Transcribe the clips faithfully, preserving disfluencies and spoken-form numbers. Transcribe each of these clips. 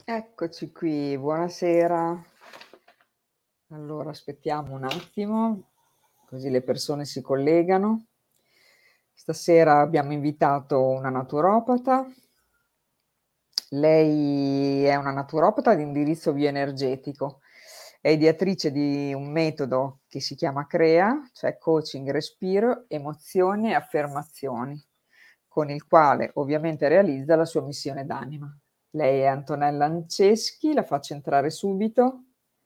Eccoci qui, buonasera. Allora aspettiamo un attimo, così le persone si collegano. Stasera abbiamo invitato una naturopata. Lei è una naturopata di indirizzo bioenergetico, è ideatrice di un metodo che si chiama CREA, cioè coaching, respiro, emozioni e affermazioni, con il quale ovviamente realizza la sua missione d'anima. Lei è Antonella Anceschi, la faccio entrare subito.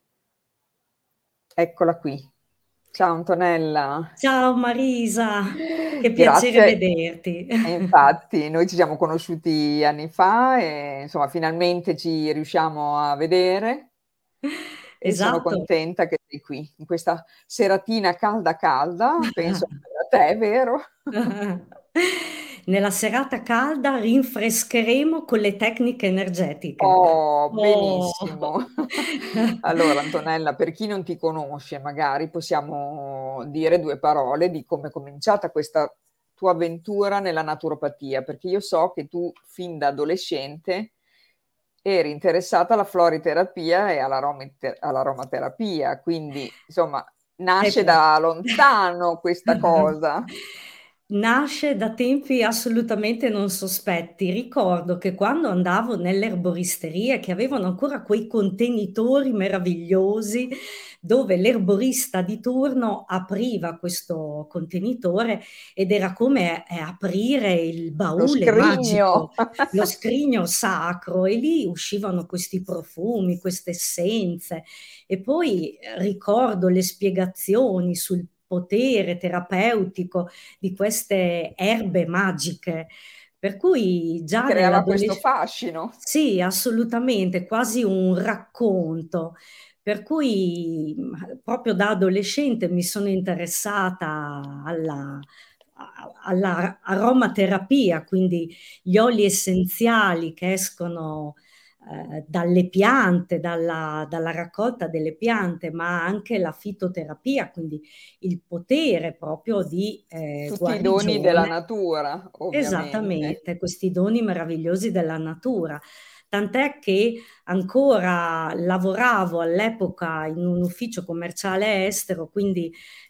Eccola qui. Ciao Antonella. Ciao Marisa, che piacere Grazie. vederti. E infatti, noi ci siamo conosciuti anni fa e insomma finalmente ci riusciamo a vedere e sono Esatto. contenta che sei qui in questa seratina calda calda, penso anche da te, vero? Nella serata calda rinfrescheremo con le tecniche energetiche. Oh, Oh. benissimo. Allora Antonella, per chi non ti conosce, magari possiamo dire due parole di come è cominciata questa tua avventura nella naturopatia, perché io so che tu fin da adolescente eri interessata alla floriterapia e all'aromite- all'aromaterapia, quindi insomma nasce Ecco. da lontano questa cosa. Nasce da tempi assolutamente non sospetti. Ricordo che quando andavo nelle erboristerie, che avevano ancora quei contenitori meravigliosi, dove l'erborista di turno apriva questo contenitore ed era come eh, aprire il Lo baule magico, scrigno. lo scrigno sacro, e lì uscivano questi profumi, queste essenze. E poi eh, ricordo le spiegazioni sul potere terapeutico di queste erbe magiche. Per cui Ti già creava questo nell'adolescenza, fascino. sì, assolutamente, quasi un racconto. Per cui mh, proprio da adolescente mi sono interessata alla, a- alla aromaterapia, quindi gli oli essenziali che escono eh, dalle piante, dalla, dalla raccolta delle piante, ma anche la fitoterapia, quindi il potere proprio di eh, Tutti i doni della guarigione. natura, ovviamente. Esattamente, questi doni meravigliosi della natura. Tant'è che ancora lavoravo all'epoca in un ufficio commerciale estero, quindi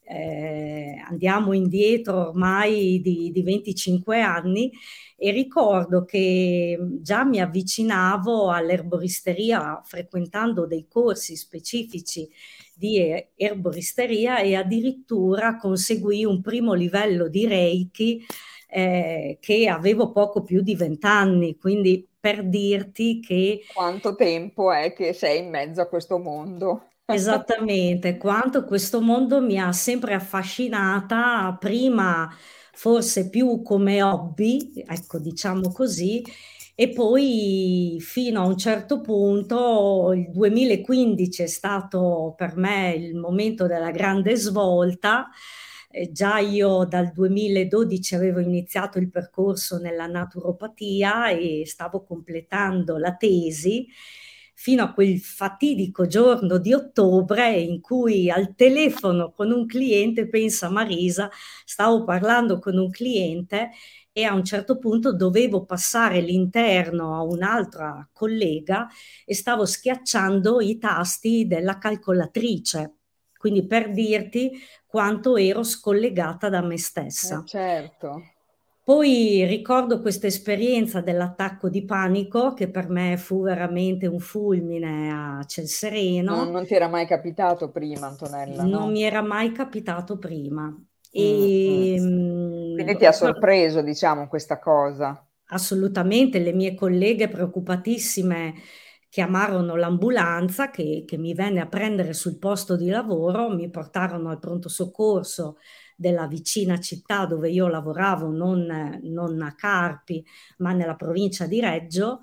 eh, andiamo indietro ormai di, di venticinque anni, e ricordo che già mi avvicinavo all'erboristeria frequentando dei corsi specifici di e- erboristeria, e addirittura conseguì un primo livello di Reiki eh, che avevo poco più di vent'anni, quindi per dirti che Quanto tempo è che sei in mezzo a questo mondo? esattamente quanto questo mondo mi ha sempre affascinata, prima forse più come hobby, ecco, diciamo così, e poi fino a un certo punto, il duemilaquindici è stato per me il momento della grande svolta. Eh, già io dal duemiladodici avevo iniziato il percorso nella naturopatia e stavo completando la tesi, fino a quel fatidico giorno di ottobre in cui al telefono con un cliente, pensa Marisa, stavo parlando con un cliente e a un certo punto dovevo passare l'interno a un'altra collega e stavo schiacciando i tasti della calcolatrice. Quindi per dirti quanto ero scollegata da me Eh stessa. certo. Poi ricordo questa esperienza dell'attacco di panico che per me fu veramente un fulmine a ciel Non, sereno. non ti era mai capitato prima, Antonella, Non no? mi era mai capitato prima. Mm, mm. E, mh, Quindi ti ha sorpreso, diciamo, questa cosa. assolutamente, le mie colleghe preoccupatissime chiamarono l'ambulanza che, che mi venne a prendere sul posto di lavoro, mi portarono al pronto soccorso della vicina città dove io lavoravo, non, non a Carpi, ma nella provincia di Reggio.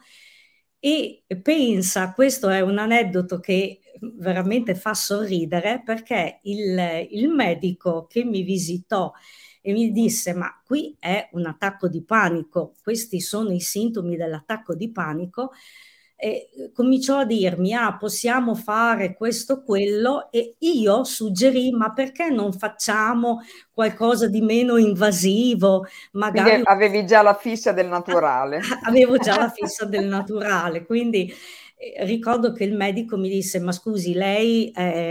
E pensa, questo è un aneddoto che veramente fa sorridere, perché il, il medico che mi visitò e mi disse: Ma qui è un attacco di panico, questi sono i sintomi dell'attacco di panico. E cominciò a dirmi: Ah, possiamo fare questo, quello. E io suggerì: Ma perché non facciamo qualcosa di meno invasivo? Quindi Magari avevi già la fissa del naturale. avevo già la fissa del naturale, quindi E ricordo che il medico mi disse: ma scusi, lei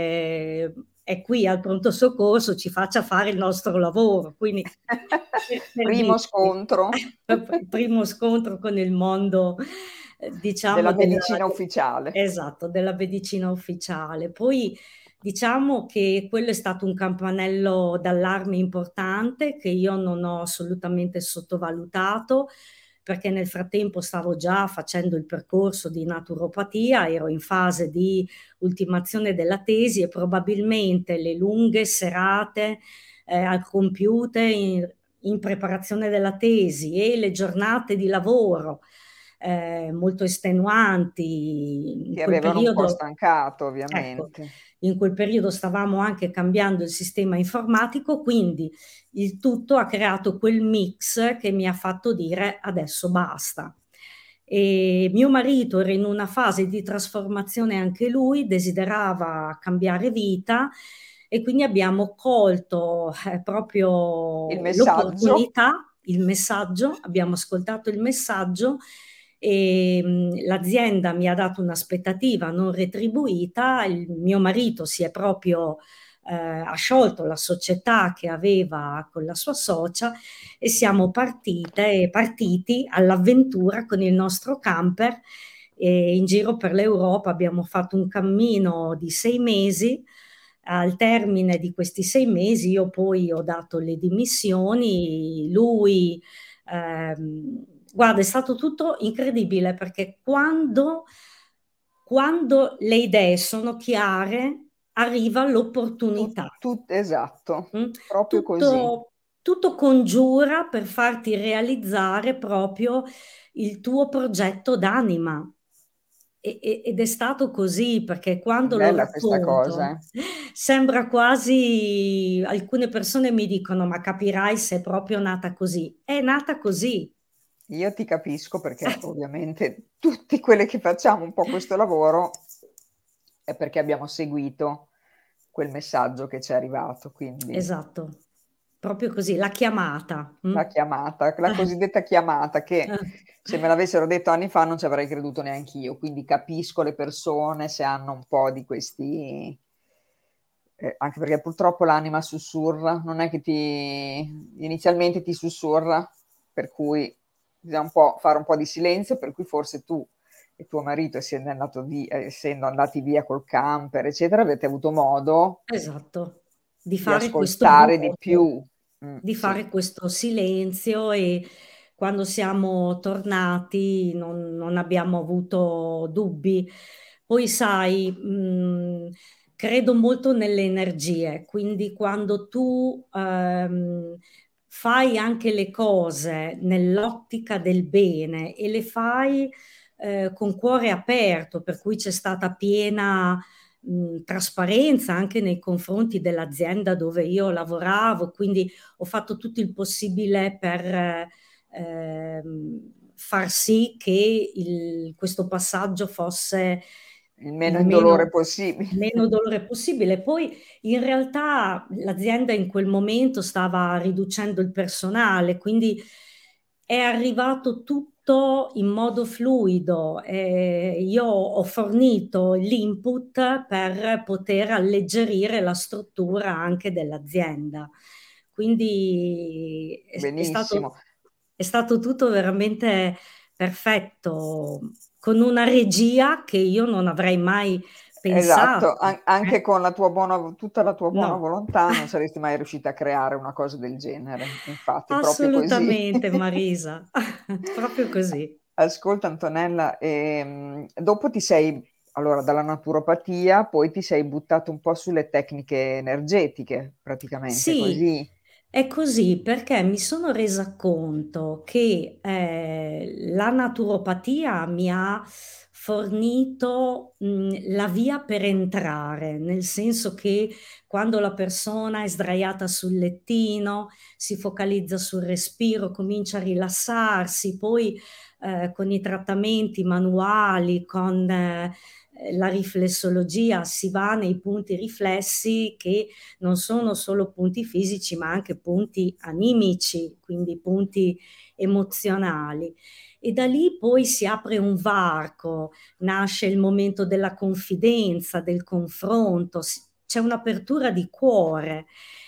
è, è qui al pronto soccorso, ci faccia fare il nostro lavoro. Quindi, per, per Primo dirti, scontro il primo scontro con il mondo, eh, della diciamo, della, medicina ufficiale. esatto, della medicina ufficiale. Poi diciamo che quello è stato un campanello d'allarme importante che io non ho assolutamente sottovalutato, perché nel frattempo stavo già facendo il percorso di naturopatia, ero in fase di ultimazione della tesi e probabilmente le lunghe serate eh, al computer in, in preparazione della tesi e le giornate di lavoro eh, molto estenuanti in Ti quel avevano un po' periodo. stancato, Ecco, ovviamente. in quel periodo stavamo anche cambiando il sistema informatico, quindi il tutto ha creato quel mix che mi ha fatto dire adesso basta. E mio marito era in una fase di trasformazione anche lui, desiderava cambiare vita e quindi abbiamo colto eh, Il proprio messaggio l'opportunità, il messaggio, abbiamo ascoltato il messaggio e mh, l'azienda mi ha dato un'aspettativa non retribuita, il mio marito si è proprio eh, ha sciolto la società che aveva con la sua socia e siamo partite, partiti all'avventura con il nostro camper e in giro per l'Europa abbiamo fatto un cammino di sei mesi. Al termine di questi sei mesi io poi ho dato le dimissioni, lui, ehm, guarda, è stato tutto incredibile perché quando, quando le idee sono chiare arriva tu, l'opportunità. tu- esatto, Mm? proprio così. Tutto, tutto congiura per farti realizzare proprio il tuo progetto d'anima. E- e- ed è stato così perché quando lo Bella questa cosa, racconto eh. sembra quasi, alcune persone mi dicono, ma capirai se è proprio nata così. È nata così. Io ti capisco perché ovviamente tutti quelli che facciamo un po' questo lavoro è perché abbiamo seguito quel messaggio che ci è arrivato, quindi Esatto, proprio così, la chiamata. Mm? la chiamata, la cosiddetta chiamata che se me l'avessero detto anni fa non ci avrei creduto neanche io, quindi capisco le persone se hanno un po' di questi, eh, anche perché purtroppo l'anima sussurra, non è che ti inizialmente ti sussurra, per cui bisogna un po' fare un po' di silenzio, per cui forse tu e tuo marito, essendo, andato via, essendo andati via col camper, eccetera, avete avuto modo Esatto, di di fare questo ascoltare di vuoto, più. Mm, di sì. fare questo silenzio e quando siamo tornati non, non abbiamo avuto dubbi. Poi sai, mh, credo molto nelle energie, quindi quando tu ehm, fai anche le cose nell'ottica del bene e le fai eh, con cuore aperto, per cui c'è stata piena mh, trasparenza anche nei confronti dell'azienda dove io lavoravo, quindi ho fatto tutto il possibile per eh, ehm, far sì che il- questo passaggio fosse Il meno il indolore meno, possibile. meno dolore possibile. Poi in realtà l'azienda in quel momento stava riducendo il personale, quindi è arrivato tutto in modo fluido. E io ho fornito l'input per poter alleggerire la struttura anche dell'azienda. Quindi è, è stato, Benissimo. è stato tutto veramente perfetto, con una regia che io non avrei mai Esatto, pensato. an- anche eh. con la tua buona, tutta la tua buona No, volontà non saresti mai riuscita a creare una cosa del genere. Infatti, proprio così. assolutamente Marisa, proprio così. Ascolta Antonella, ehm, dopo ti sei, allora dalla naturopatia, poi ti sei buttato un po' sulle tecniche energetiche, praticamente Sì, così. è così perché mi sono resa conto che eh, la naturopatia mi ha fornito mh, la via per entrare, nel senso che quando la persona è sdraiata sul lettino, si focalizza sul respiro, comincia a rilassarsi, poi eh, con i trattamenti manuali, con eh, la riflessologia si va nei punti riflessi che non sono solo punti fisici, ma anche punti animici, quindi punti emozionali. e da lì poi si apre un varco, nasce il momento della confidenza, del confronto, si- c'è un'apertura di cuore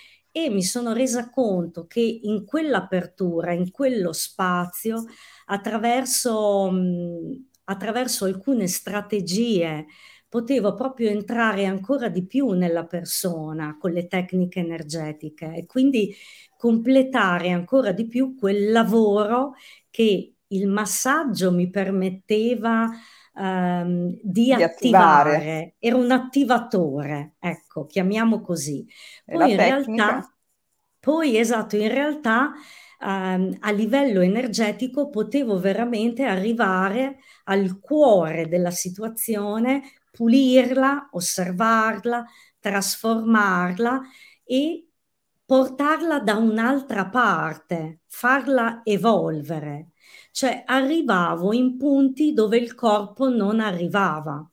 e mi sono resa conto che in quell'apertura, in quello spazio, attraverso, mh, attraverso alcune strategie, potevo proprio entrare ancora di più nella persona con le tecniche energetiche e quindi completare ancora di più quel lavoro che il massaggio mi permetteva ehm, di Di attivare. attivare. Era un attivatore, ecco, chiamiamo così. E la Poi in tecnica? realtà, poi esatto, in realtà ehm, a livello energetico potevo veramente arrivare al cuore della situazione, pulirla, osservarla, trasformarla e portarla da un'altra parte, farla evolvere. Cioè arrivavo in punti dove il corpo non arrivava.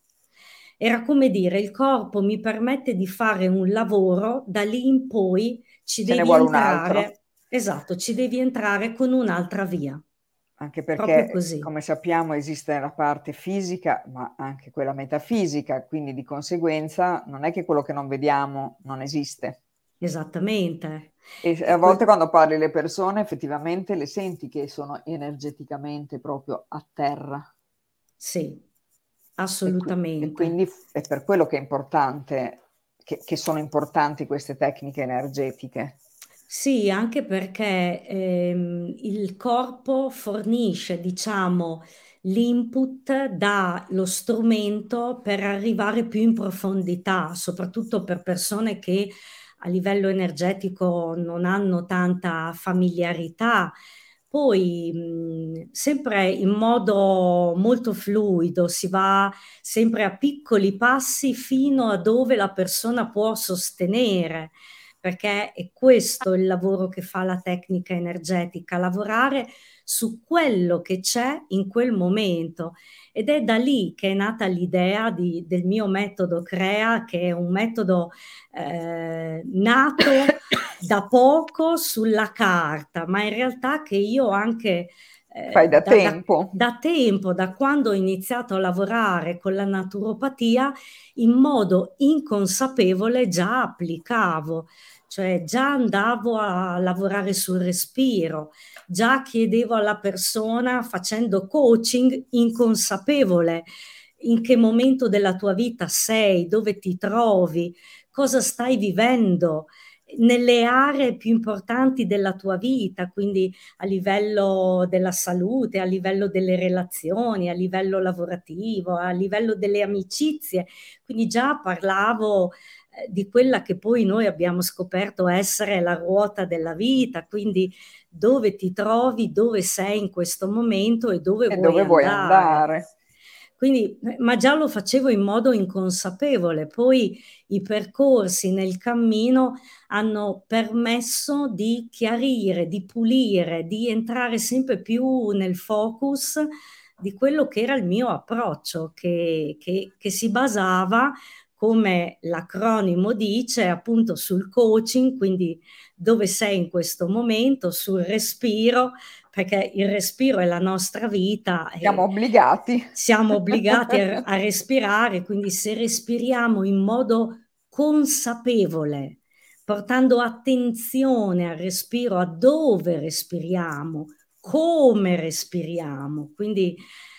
Era come dire, il corpo mi permette di fare un lavoro, da lì in poi ci Ce ne devi vuole un altro. entrare, esatto, ci devi entrare con un'altra via, Anche proprio perché, così, come sappiamo, esiste la parte fisica, ma anche quella metafisica, quindi di conseguenza non è che quello che non vediamo non esiste. esattamente. E a E volte que- quando parli alle persone effettivamente le senti che sono energeticamente proprio a terra. sì, E, qui- e assolutamente. quindi f- è per quello che è importante, che, che sono importanti queste tecniche energetiche. Sì, anche perché ehm, il corpo fornisce, diciamo, l'input, dà lo strumento per arrivare più in profondità, soprattutto per persone che a livello energetico non hanno tanta familiarità. Poi, mh, sempre in modo molto fluido, si va sempre a piccoli passi fino a dove la persona può sostenere perché è questo il lavoro che fa la tecnica energetica, lavorare su quello che c'è in quel momento. Ed è da lì che è nata l'idea di- del mio metodo CREA, che è un metodo eh, nato da poco sulla carta, ma in realtà che io anche Fai eh, da da, da tempo. da tempo, da quando ho iniziato a lavorare con la naturopatia, in modo inconsapevole già applicavo, cioè già andavo a lavorare sul respiro, già chiedevo alla persona facendo coaching inconsapevole in che momento della tua vita sei, dove ti trovi, cosa stai vivendo nelle aree più importanti della tua vita, quindi a livello della salute, a livello delle relazioni, a livello lavorativo, a livello delle amicizie. Quindi già parlavo eh, di quella che poi noi abbiamo scoperto essere la ruota della vita, quindi dove ti trovi, dove sei in questo momento e dove E vuoi dove vuoi andare. andare? Quindi, eh, ma già lo facevo in modo inconsapevole, poi i percorsi nel cammino hanno permesso di chiarire, di pulire, di entrare sempre più nel focus di quello che era il mio approccio, che, che- che si basava, come l'acronimo dice, appunto sul coaching, quindi dove sei in questo momento, sul respiro, perché il respiro è la nostra vita Siamo e obbligati. siamo obbligati a, a respirare, quindi se respiriamo in modo consapevole, portando attenzione al respiro, a dove respiriamo, come respiriamo, quindi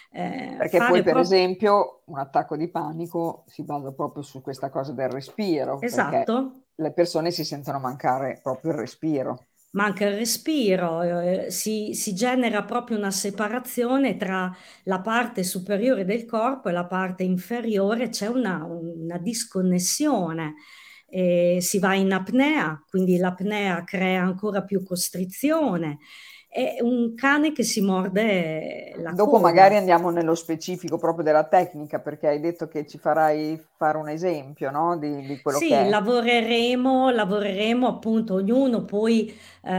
eh, Perché poi, fare per proprio esempio, un attacco di panico si basa proprio su questa cosa del respiro, perché esatto. le persone si sentono mancare proprio il respiro. Manca il respiro, eh, si, si genera proprio una separazione tra la parte superiore del corpo e la parte inferiore, c'è una, una disconnessione. Eh, si va in apnea, quindi l'apnea crea ancora più costrizione. È un cane che si morde la Dopo magari coda. andiamo nello specifico proprio della tecnica, perché hai detto che ci farai fare un esempio, no? Di, di quello che Sì, è. lavoreremo, lavoreremo appunto ognuno poi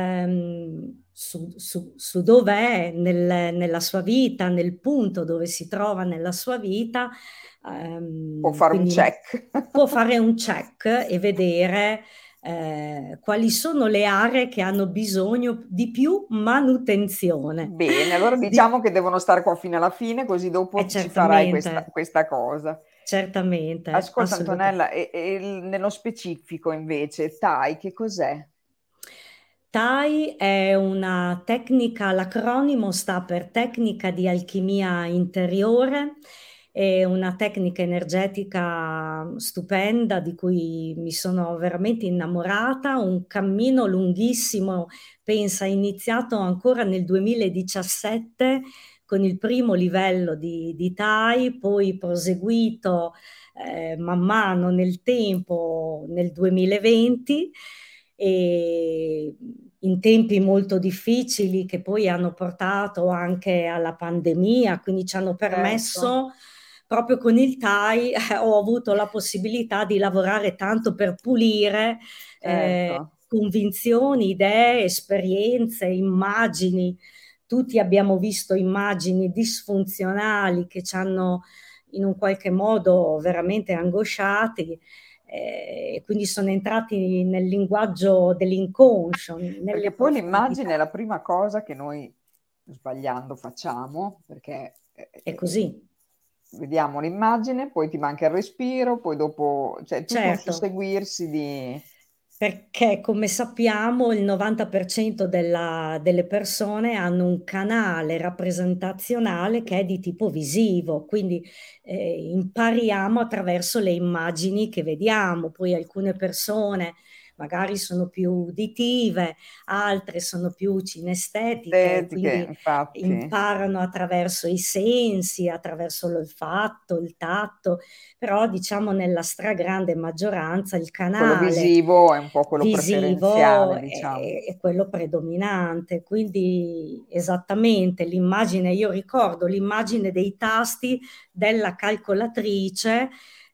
ehm, su, su, su dov'è nel- nella sua vita, nel punto dove si trova nella sua vita, Può ehm, fare un quindi check. può fare un check e vedere. eh, quali sono le aree che hanno bisogno di più manutenzione. Bene, allora Di- diciamo che devono stare qua fino alla fine, così eh, dopo ci farai questa, certamente, questa cosa. certamente, Ascolta assolutamente. Antonella, e, e il- nello specifico invece, TAI che cos'è? T A I è una tecnica, l'acronimo sta per tecnica di alchimia interiore, è una tecnica energetica stupenda di cui mi sono veramente innamorata, un cammino lunghissimo, pensa, iniziato ancora nel duemiladiciassette con il primo livello di, di T A I, poi proseguito eh, man mano nel tempo nel duemilaventi e in tempi molto difficili che poi hanno portato anche alla pandemia, quindi ci hanno Certo, permesso, proprio con il T A I, eh, ho avuto la possibilità di lavorare tanto per pulire eh, certo. convinzioni, idee, esperienze, immagini. Tutti abbiamo visto immagini disfunzionali che ci hanno in un qualche modo veramente angosciati, eh, e quindi sono entrati nel linguaggio dell'inconscio, nelle Perché poi profondità. l'immagine è la prima cosa che noi sbagliando facciamo, perché eh, È eh, così, vediamo l'immagine, poi ti manca il respiro, poi dopo, cioè è tutto un certo. susseguirsi di... Perché come sappiamo il novanta per cento della- delle persone hanno un canale rappresentazionale che è di tipo visivo, quindi eh, impariamo attraverso le immagini che vediamo, poi alcune persone magari sono più uditive, altre sono più cinestetiche, estetiche, quindi infatti. imparano attraverso i sensi, attraverso l'olfatto, il tatto, però diciamo nella stragrande maggioranza il Quello canale visivo è un po' quello visivo preferenziale, è, diciamo. è quello predominante, quindi esattamente l'immagine, io ricordo l'immagine dei tasti della calcolatrice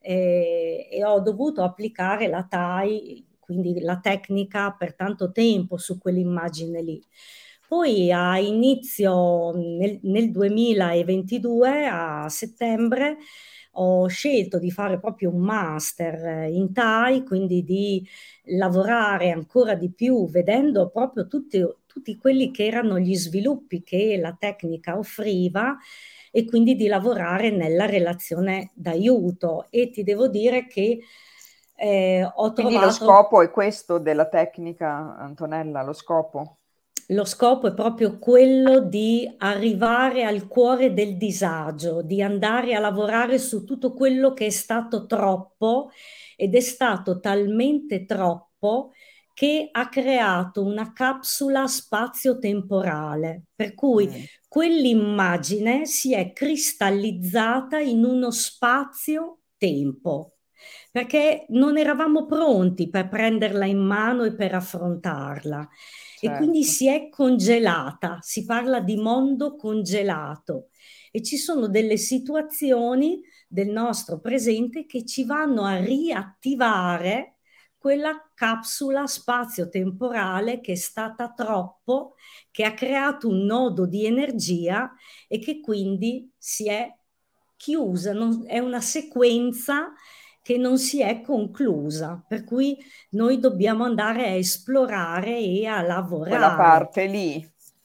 eh, e ho dovuto applicare la T A I, quindi la tecnica per tanto tempo su quell'immagine lì. Poi a inizio nel, nel duemilaventidue, a settembre, ho scelto di fare proprio un master in T A I, quindi di lavorare ancora di più, vedendo proprio tutti, tutti quelli che erano gli sviluppi che la tecnica offriva e quindi di lavorare nella relazione d'aiuto. E ti devo dire che eh, ho Quindi lo trovato scopo è questo della tecnica, Antonella, lo scopo? lo scopo è proprio quello di arrivare al cuore del disagio, di andare a lavorare su tutto quello che è stato troppo ed è stato talmente troppo che ha creato una capsula spazio-temporale, per cui Mm, quell'immagine si è cristallizzata in uno spazio-tempo, perché non eravamo pronti per prenderla in mano e per affrontarla. E quindi certo. si è congelata, si parla di mondo congelato e ci sono delle situazioni del nostro presente che ci vanno a riattivare quella capsula spazio-temporale che è stata troppo, che ha creato un nodo di energia e che quindi si è chiusa, non- è una sequenza che non si è conclusa, per cui noi dobbiamo andare a esplorare e a Quella lavorare. parte lì,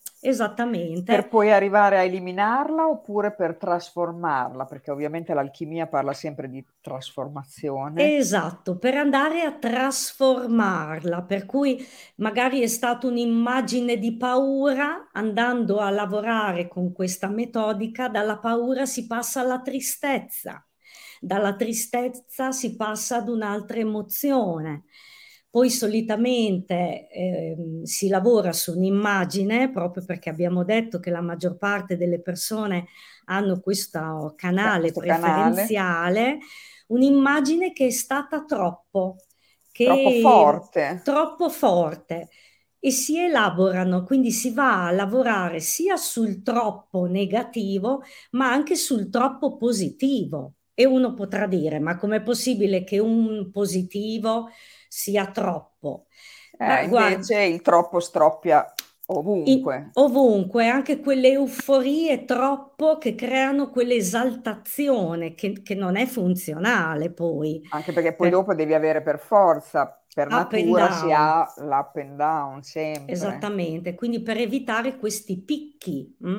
per Esattamente. poi arrivare a eliminarla oppure per trasformarla, perché ovviamente l'alchimia parla sempre di trasformazione. Esatto, per andare a trasformarla, per cui magari è stata un'immagine di paura, andando a lavorare con questa metodica, dalla paura si passa alla tristezza, dalla tristezza si passa ad un'altra emozione. Poi solitamente ehm, si lavora su un'immagine, proprio perché abbiamo detto che la maggior parte delle persone hanno questo Ca- canale Questo canale preferenziale, un'immagine che è stata troppo, troppo che forte. troppo forte e si elaborano, quindi si va a lavorare sia sul troppo negativo, ma anche sul troppo positivo. E uno potrà dire, ma com'è possibile che un positivo sia troppo? Eh, Ma guarda, invece il troppo stroppia ovunque. in- ovunque, anche quelle euforie troppo che creano quell'esaltazione che, che non è funzionale poi. Anche perché poi Per dopo devi avere per forza, per up and natura si down. ha l'up and down sempre. Esattamente, quindi per evitare questi picchi mh,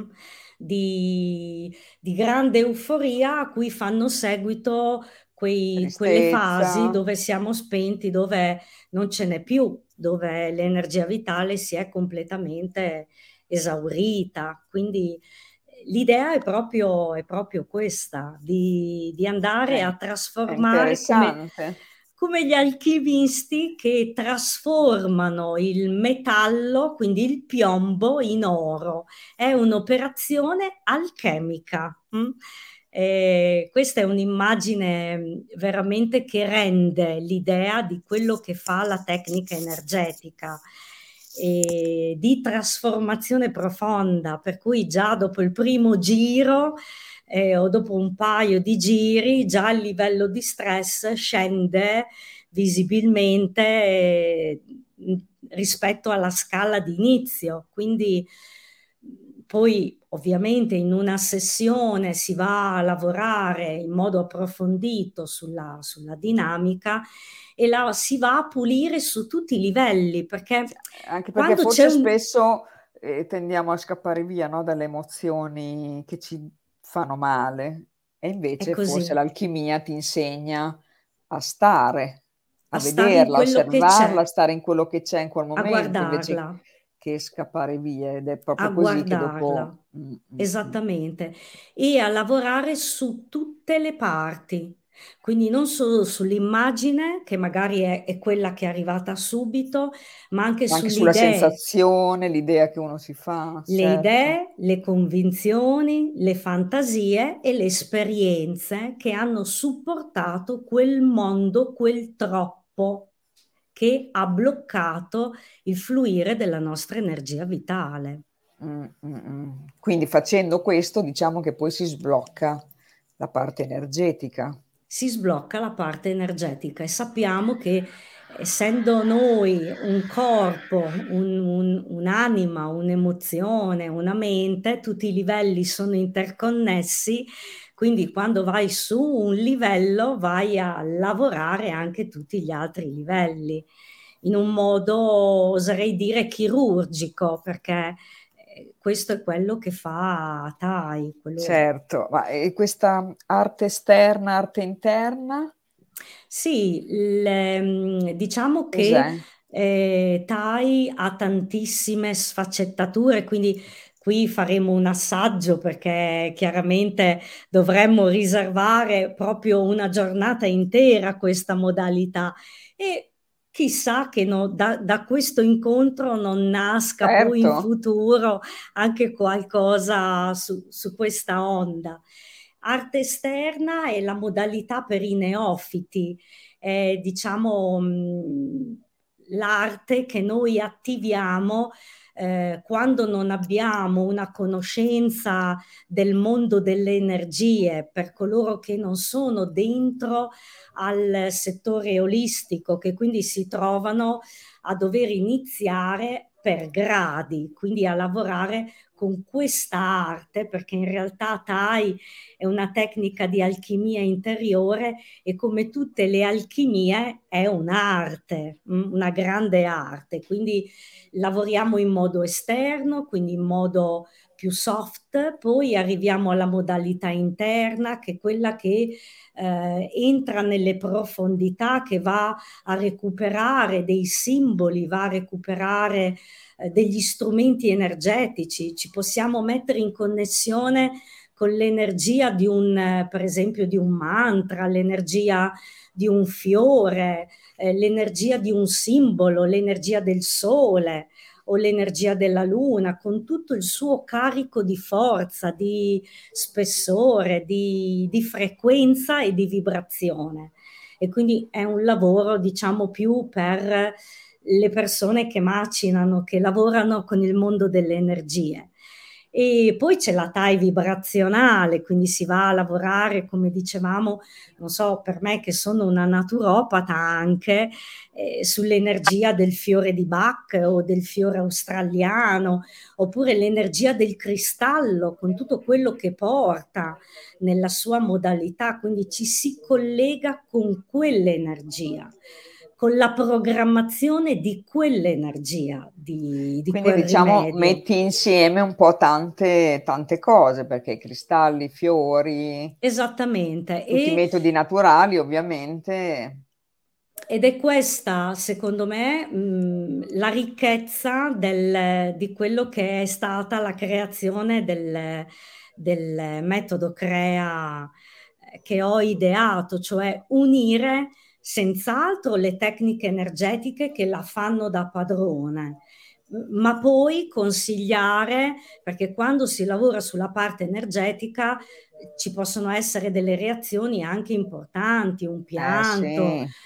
di, di grande euforia a cui fanno seguito quei- quelle Tristezza, fasi dove siamo spenti, dove non ce n'è più, dove l'energia vitale si è completamente esaurita. Quindi eh, l'idea è proprio, è proprio questa, di, di andare è, a è trasformare come interessante. come gli alchimisti che trasformano il metallo, quindi il piombo, in oro. È un'operazione alchemica. mm? Eh, questa è un'immagine mm, veramente che rende l'idea di quello che fa la tecnica energetica e di trasformazione profonda, per cui già dopo il primo giro eh, o dopo un paio di giri, già il livello di stress scende visibilmente eh, rispetto alla scala di inizio. Quindi poi ovviamente in una sessione si va a lavorare in modo approfondito sulla, sulla dinamica e la si va a pulire su tutti i livelli, perché Anche perché quando c'è forse un... spesso eh, tendiamo a scappare via, no, dalle emozioni che ci fanno male e È invece forse così, l'alchimia ti insegna a stare, a a stare in vederla, a quello che osservarla, a c'è, stare in quello che c'è in quel a momento, invece guardarla. che scappare via. Ed è A proprio così che dopo... guardarla, mm, mm, mm. esattamente, e a lavorare su tutte le parti, quindi non solo sull'immagine, che magari è, è quella che è arrivata subito, ma anche Ma anche sulle sulla idee, sensazione, l'idea che uno si fa, le certo. idee, le convinzioni, le fantasie e le esperienze che hanno supportato quel mondo, quel troppo che ha bloccato il fluire della nostra energia vitale. Mm, mm, mm. Quindi facendo questo, diciamo che poi si sblocca la parte energetica. Si sblocca la parte energetica e sappiamo che essendo noi un corpo, un- un- un'anima, un'emozione, una mente, tutti i livelli sono interconnessi, quindi quando vai su un livello vai a lavorare anche tutti gli altri livelli in un modo, oserei dire, chirurgico, perché eh, questo è quello che fa Tai, quello. Certo, ma e questa arte esterna, arte interna, Sì, il, ehm, diciamo che cos'è? eh, Tai ha tantissime sfaccettature, quindi qui faremo un assaggio perché chiaramente dovremmo riservare proprio una giornata intera a questa modalità e chissà che no- da, da questo incontro non nasca poi in Certo, futuro anche qualcosa su su questa onda. Arte esterna è la modalità per i neofiti, è diciamo mh, l'arte che noi attiviamo eh, quando non abbiamo una conoscenza del mondo delle energie, per coloro che non sono dentro al settore olistico, che quindi si trovano a dover iniziare per gradi, quindi a lavorare con questa arte, perché in realtà Tai è una tecnica di alchimia interiore e come tutte le alchimie è un'arte, mm, una grande arte. Quindi lavoriamo in modo esterno, quindi in modo più soft, poi arriviamo alla modalità interna, che è quella che eh, entra nelle profondità, che va a recuperare dei simboli, va a recuperare eh, degli strumenti energetici. Ci possiamo mettere in connessione con l'energia di un, eh, per esempio, di un mantra, l'energia di un fiore, eh, l'energia di un simbolo, l'energia del sole o l'energia della luna, con tutto il suo carico di forza, di spessore, di, di frequenza e di vibrazione. E quindi è un lavoro, diciamo, più per le persone che macinano, che lavorano con il mondo delle energie. E poi c'è la Thai vibrazionale, quindi si va a lavorare, come dicevamo, non so, per me che sono una naturopata anche, eh, sull'energia del fiore di Bach o del fiore australiano, oppure l'energia del cristallo con tutto quello che porta nella sua modalità, quindi ci si collega con quell'energia, con la programmazione di quell'energia, di, di Quindi quel diciamo rimedio. metti insieme un po' tante, tante cose, perché i cristalli, i fiori, Esattamente, tutti i e, metodi naturali ovviamente. ed è questa, secondo me, mh, la ricchezza del- di quello che è stata la creazione del, del metodo Crea eh, che ho ideato, cioè unire senz'altro le tecniche energetiche che la fanno da padrone, m- ma poi consigliare, perché quando si lavora sulla parte energetica ci possono essere delle reazioni anche importanti, un Eh pianto, sì,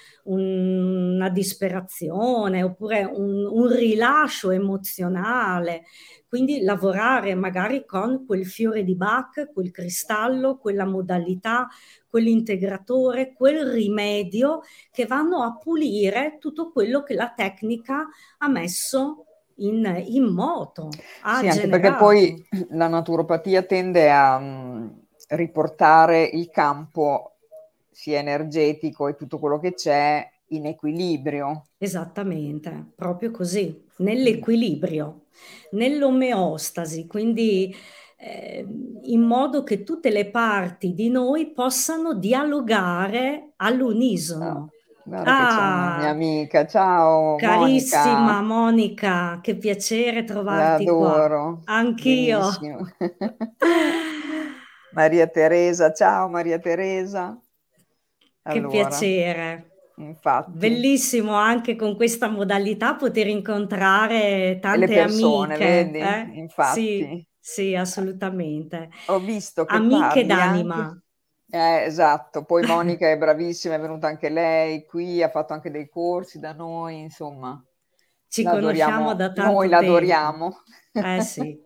un- una disperazione oppure un, un rilascio emozionale. Quindi lavorare magari con quel fiore di Bach, quel cristallo, quella modalità, quell'integratore, quel rimedio che vanno a pulire tutto quello che la tecnica ha messo in, in moto, ha sì, anche perché poi generato. la naturopatia tende a mh, riportare il campo sia energetico e tutto quello che c'è in equilibrio. Esattamente, proprio così, Mm. nell'equilibrio, nell'omeostasi, quindi eh, in modo che tutte le parti di noi possano dialogare Ah, all'unisono. guarda che c'è una mia Ah, amica. Ciao carissima Monica, Monica, che piacere la trovarti qua. adoro. Anch'io. Benissimo. Maria Teresa, ciao Maria Teresa. Che Allora, piacere. infatti, Bellissimo anche con questa modalità poter incontrare e le tante persone, amiche, vedi? eh? Sì, Infatti. sì, assolutamente. Ho visto che Amiche parli anche. d'anima. Eh, esatto, poi Monica è bravissima, è venuta anche lei qui, ha fatto anche dei corsi da noi, insomma, Ci la conosciamo adoriamo, da noi tanto la tempo. adoriamo. Eh sì,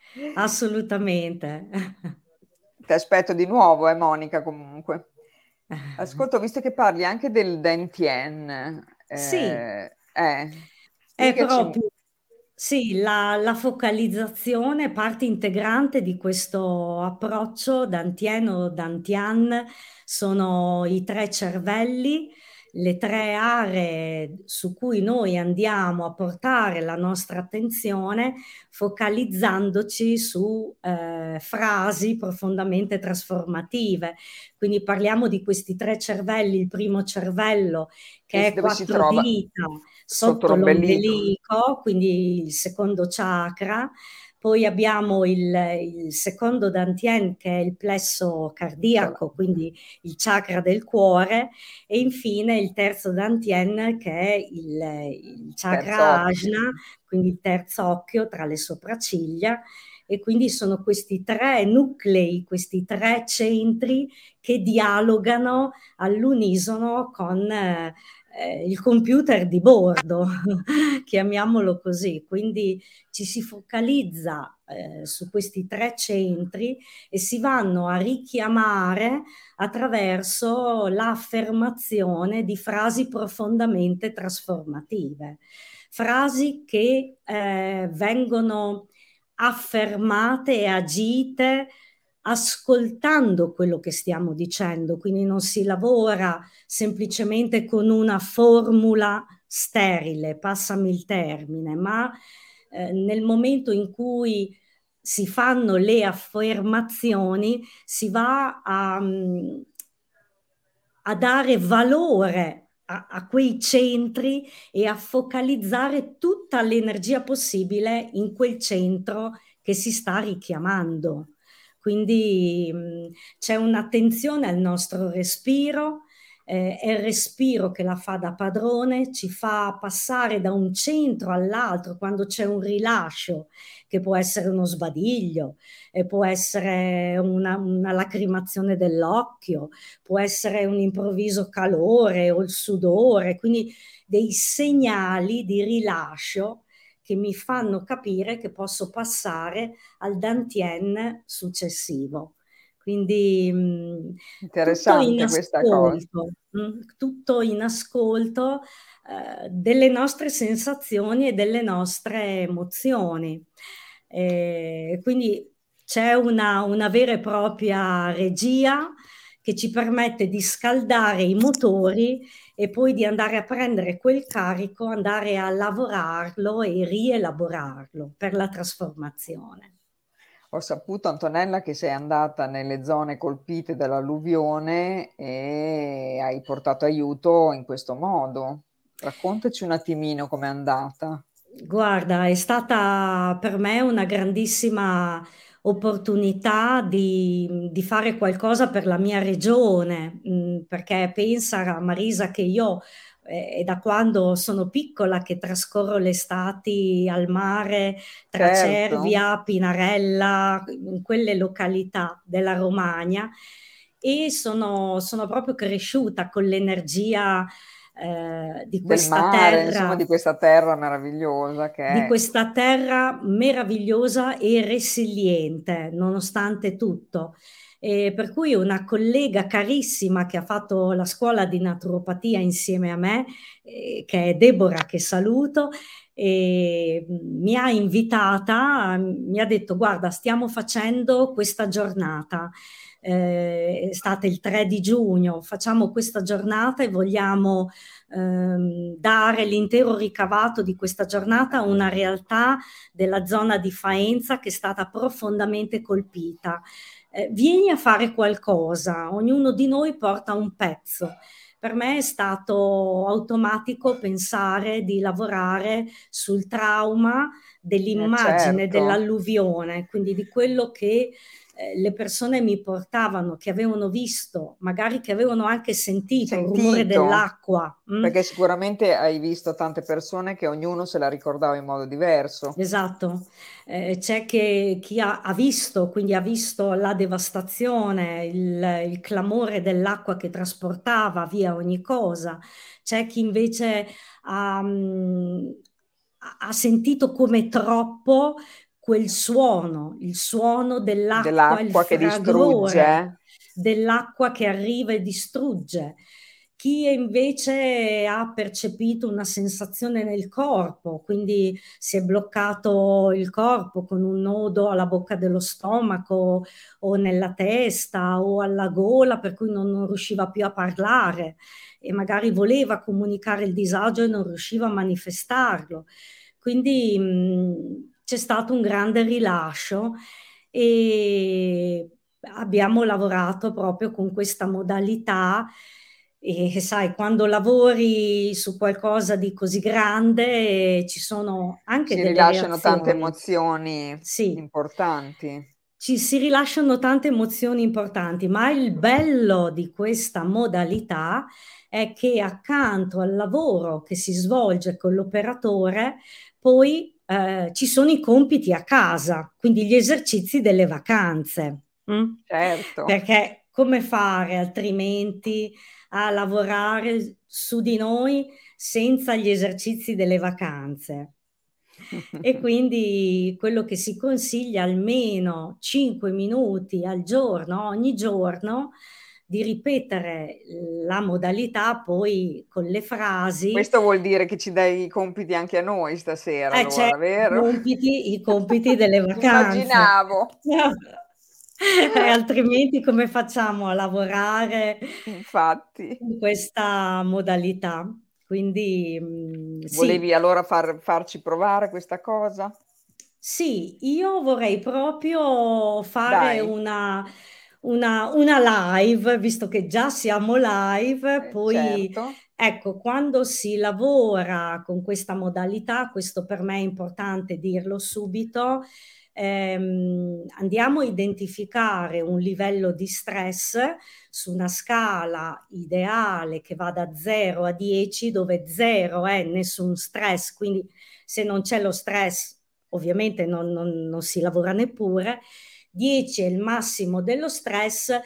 assolutamente. Ti aspetto di nuovo, eh, Monica, comunque. Ascolta, ho visto che parli anche del Dentien. Sì, Eh, eh, è spiegaci. proprio, sì, la, la focalizzazione, parte integrante di questo approccio Dantien o Dantian, sono i tre cervelli, le tre aree su cui noi andiamo a portare la nostra attenzione, focalizzandoci su eh, frasi profondamente trasformative. Quindi parliamo di questi tre cervelli, il primo cervello che E è dove si quattro trova? dita Sotto sotto l'ombelico. l'ombelico, quindi il secondo chakra. Poi abbiamo il, il secondo Dantien che è il plesso Cioè, cardiaco, quindi il chakra del cuore, e infine il terzo Dantien che è il, il terzo chakra occhio. Ajna, quindi il terzo occhio tra le sopracciglia. E quindi sono questi tre nuclei, questi tre centri che dialogano all'unisono con eh, eh, il computer di bordo, chiamiamolo così. Quindi ci si focalizza eh, su questi tre centri e si vanno a richiamare attraverso l'affermazione di frasi profondamente trasformative, frasi che eh, vengono affermate e agite ascoltando quello che stiamo dicendo, quindi non si lavora semplicemente con una formula sterile, passami il termine, ma eh, nel momento in cui si fanno le affermazioni, si va a, mm, a dare valore a, a quei centri e a focalizzare tutta l'energia possibile in quel centro che si sta richiamando. Quindi mh, c'è un'attenzione al nostro respiro, eh, è il respiro che la fa da padrone, ci fa passare da un centro all'altro quando c'è un rilascio, che può essere uno sbadiglio, eh, può essere una, una lacrimazione dell'occhio, può essere un improvviso calore o il sudore, quindi dei segnali di rilascio che mi fanno capire che posso passare al Dantien successivo. Quindi mh, tutto in Interessante questa cosa. ascolto, mh, tutto in ascolto eh, delle nostre sensazioni e delle nostre emozioni. Eh, quindi c'è una, una vera e propria regia che ci permette di scaldare i motori e poi di andare a prendere quel carico, andare a lavorarlo e rielaborarlo per la trasformazione. Ho saputo, Antonella, che sei andata nelle zone colpite dall'alluvione e hai portato aiuto in questo modo. Raccontaci un attimino com'è andata. Guarda, è stata per me una grandissima opportunità di, di fare qualcosa per la mia regione, mh, perché pensa, Marisa, che io eh, è da quando sono piccola che trascorro le estati al mare tra Certo, Cervia, Pinarella, in quelle località della Romagna e sono, sono proprio cresciuta con l'energia eh, di del questa mare, insomma, terra di questa terra meravigliosa che di è. questa terra meravigliosa e resiliente, nonostante tutto. E per cui una collega carissima che ha fatto la scuola di naturopatia insieme a me, eh, che è Deborah, che saluto, e mi ha invitata, mi ha detto: guarda, stiamo facendo questa giornata. Eh, è stata il tre di giugno, facciamo questa giornata e vogliamo ehm, dare l'intero ricavato di questa giornata a una realtà della zona di Faenza che è stata profondamente colpita. Eh, vieni a fare qualcosa, ognuno di noi porta un pezzo. Per me è stato automatico pensare di lavorare sul trauma Eh, dell'immagine certo, dell'alluvione, quindi di quello che eh, le persone mi portavano, che avevano visto, magari che avevano anche sentito il rumore sentito, dell'acqua. mm? perché sicuramente hai visto tante persone che ognuno se la ricordava in modo diverso. Esatto. Eh, c'è che, chi ha, ha visto, quindi ha visto la devastazione, il, il clamore dell'acqua che trasportava via ogni cosa. C'è chi invece ha, mm, ha- ha sentito come troppo quel suono, il suono dell'acqua, il Dell'acqua che fragore distrugge. dell'acqua che arriva e distrugge. Chi invece ha percepito una sensazione nel corpo, quindi si è bloccato il corpo con un nodo alla bocca dello stomaco o nella testa o alla gola, per cui non, non riusciva più a parlare e magari voleva comunicare il disagio e non riusciva a manifestarlo. Quindi mh, c'è stato un grande rilascio e abbiamo lavorato proprio con questa modalità e sai, quando lavori su qualcosa di così grande eh, ci sono anche Si delle rilasciano tante reazioni. emozioni Sì, importanti. ci si rilasciano tante emozioni importanti, ma il bello di questa modalità è che accanto al lavoro che si svolge con l'operatore, poi eh, ci sono i compiti a casa, quindi gli esercizi delle vacanze. mm? Certo. Perché come fare altrimenti a lavorare su di noi senza gli esercizi delle vacanze? E quindi quello che si consiglia almeno cinque minuti al giorno, ogni giorno, di ripetere la modalità poi con le frasi. Questo vuol dire che ci dai i compiti anche a noi stasera, Eh, c'è allora, i vero? compiti, i compiti delle vacanze. Immaginavo, E altrimenti come facciamo a lavorare infatti. in questa modalità? Quindi mh, sì. Volevi allora far- farci provare questa cosa? Sì, io vorrei proprio fare Dai, una, una, una live, visto che già siamo live, eh, poi certo. ecco, quando si lavora con questa modalità, questo per me è importante dirlo subito, ehm, andiamo a identificare un livello di stress su una scala ideale che va da zero a dieci, dove zero è nessun stress, quindi se non c'è lo stress ovviamente non, non, non si lavora neppure, dieci è il massimo dello stress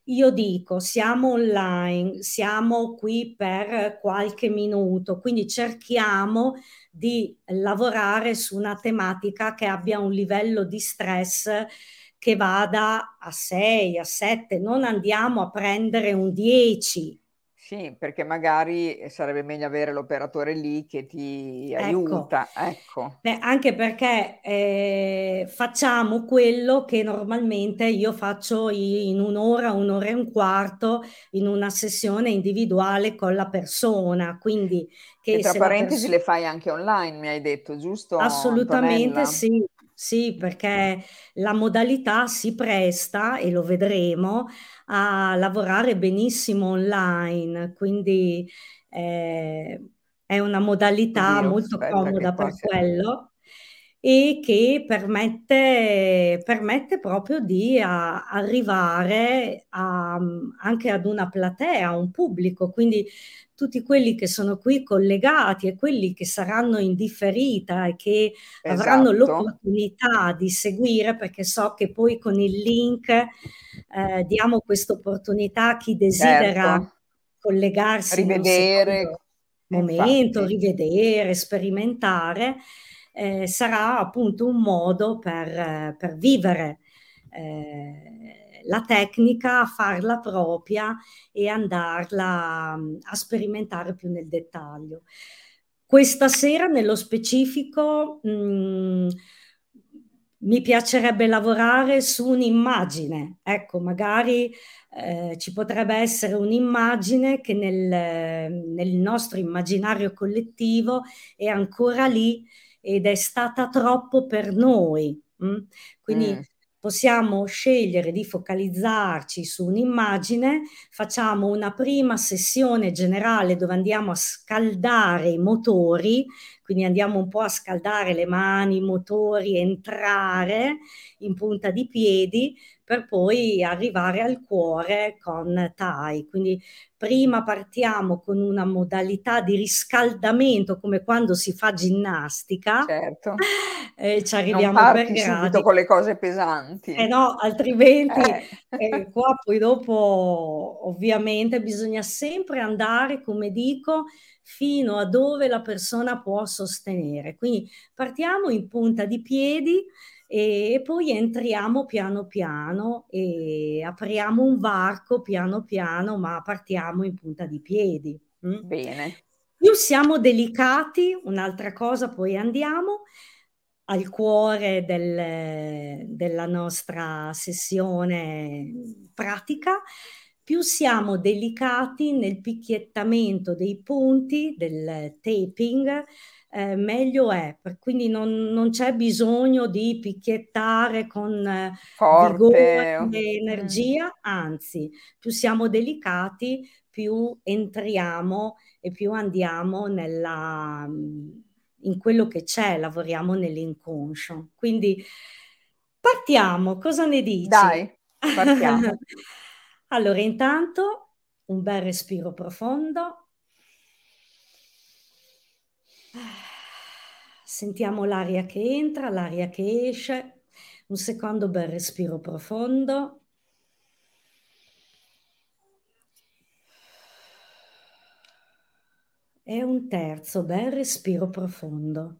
io dico, siamo online, siamo qui per qualche minuto, quindi cerchiamo di lavorare su una tematica che abbia un livello di stress che vada a sei, a sette, non andiamo a prendere un dieci. Sì, perché magari sarebbe meglio avere l'operatore lì che ti Ecco, aiuta, ecco. beh, anche perché eh, facciamo quello che normalmente io faccio i- in un'ora, un'ora e un quarto in una sessione individuale con la persona. Quindi Che che tra se la parentesi persona... le fai anche online, mi hai detto, giusto, Assolutamente Antonella? sì, sì, perché la modalità si presta, e lo vedremo, a lavorare benissimo online, quindi eh, è una modalità Oddio, molto aspetta che comoda qua per si è... quello e che permette, permette proprio di a- arrivare a- anche ad una platea, a un pubblico, quindi tutti quelli che sono qui collegati e quelli che saranno in differita e che avranno Esatto, l'opportunità di seguire, perché so che poi con il link eh, diamo questa opportunità a chi desidera certo. collegarsi in un Rivedere, secondo momento, infatti, rivedere, sperimentare, eh, sarà appunto un modo per, eh, per vivere eh, la tecnica, farla propria e andarla mm, a sperimentare più nel dettaglio. Questa sera, nello specifico, mh, mi piacerebbe lavorare su un'immagine. Ecco, magari eh, ci potrebbe essere un'immagine che nel, nel nostro immaginario collettivo è ancora lì ed è stata troppo per noi. Mm? Quindi mm, possiamo scegliere di focalizzarci su un'immagine, facciamo una prima sessione generale dove andiamo a scaldare i motori, quindi andiamo un po' a scaldare le mani, i motori, entrare in punta di piedi per poi arrivare al cuore con Tai. Quindi prima partiamo con una modalità di riscaldamento come quando si fa ginnastica, certo. e ci Non arriviamo per parti subito gradi. con le cose Eh pesanti. no, altrimenti Eh, eh, qua poi dopo ovviamente bisogna sempre andare, come dico, fino a dove la persona può sostenere. Quindi partiamo in punta di piedi e, e poi entriamo piano piano e apriamo un varco piano piano, ma partiamo in punta di piedi. Mm? bene, Più siamo delicati, un'altra cosa, poi andiamo al cuore del- della nostra sessione pratica, più siamo delicati nel picchiettamento dei punti, del taping, eh, meglio è. Per- Quindi non, non c'è bisogno di picchiettare con eh, vigore forte. e Mm, energia, anzi, più siamo delicati, più entriamo e più andiamo nella, in quello che c'è, lavoriamo nell'inconscio. Quindi partiamo, cosa ne dici? dai, partiamo. Allora, intanto un bel respiro profondo. Sentiamo l'aria che entra, l'aria che esce. Un secondo bel respiro profondo. E un terzo bel respiro profondo.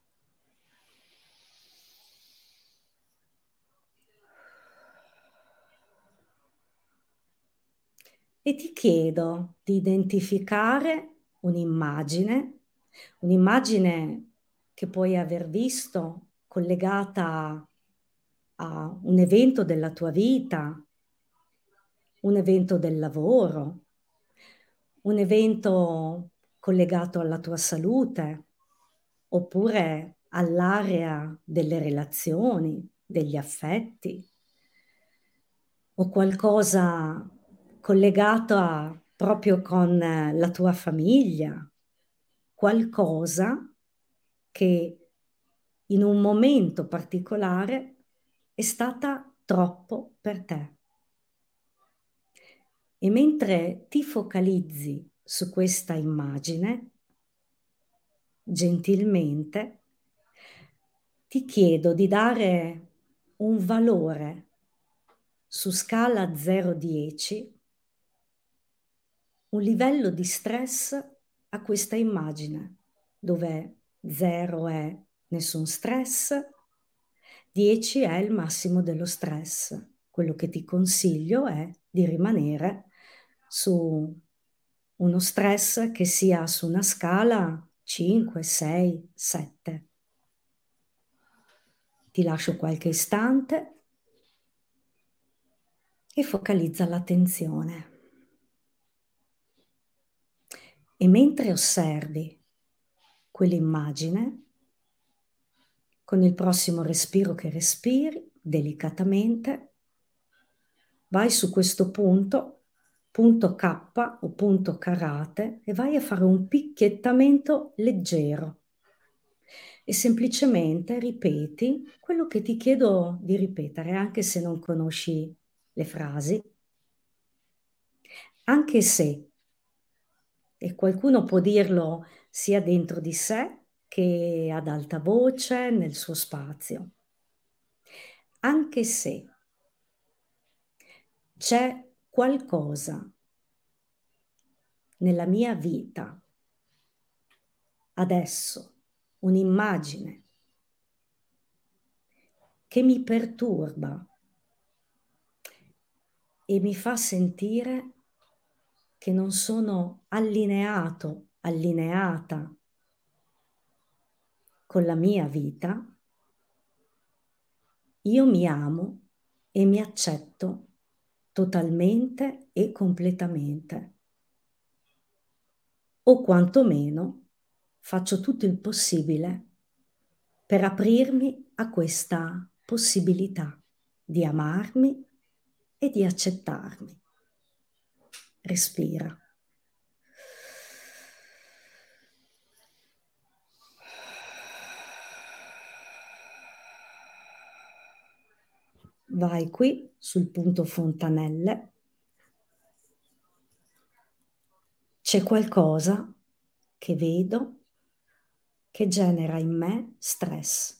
E ti chiedo di identificare un'immagine, un'immagine che puoi aver visto collegata a un evento della tua vita, un evento del lavoro, un evento collegato alla tua salute, oppure all'area delle relazioni, degli affetti, o qualcosa collegato a- proprio con eh, la tua famiglia, qualcosa che in un momento particolare è stata troppo per te. E mentre ti focalizzi su questa immagine, gentilmente ti chiedo di dare un valore su scala zero a dieci, un livello di stress a questa immagine, dove zero è nessun stress, dieci è il massimo dello stress. Quello che ti consiglio è di rimanere su uno stress che sia su una scala cinque, sei, sette. Ti lascio qualche istante e focalizza l'attenzione. E mentre osservi quell'immagine, con il prossimo respiro che respiri, delicatamente, vai su questo punto, punto K o punto karate, e vai a fare un picchiettamento leggero. E semplicemente ripeti quello che ti chiedo di ripetere, anche se non conosci le frasi, anche se, e qualcuno può dirlo sia dentro di sé che ad alta voce nel suo spazio, anche se c'è qualcosa nella mia vita adesso, un'immagine che mi perturba e mi fa sentire che non sono allineato, allineata con la mia vita, io mi amo e mi accetto totalmente e completamente, o quantomeno faccio tutto il possibile per aprirmi a questa possibilità di amarmi e di accettarmi. Respira. Vai qui sul punto fontanelle. C'è qualcosa che vedo che genera in me stress.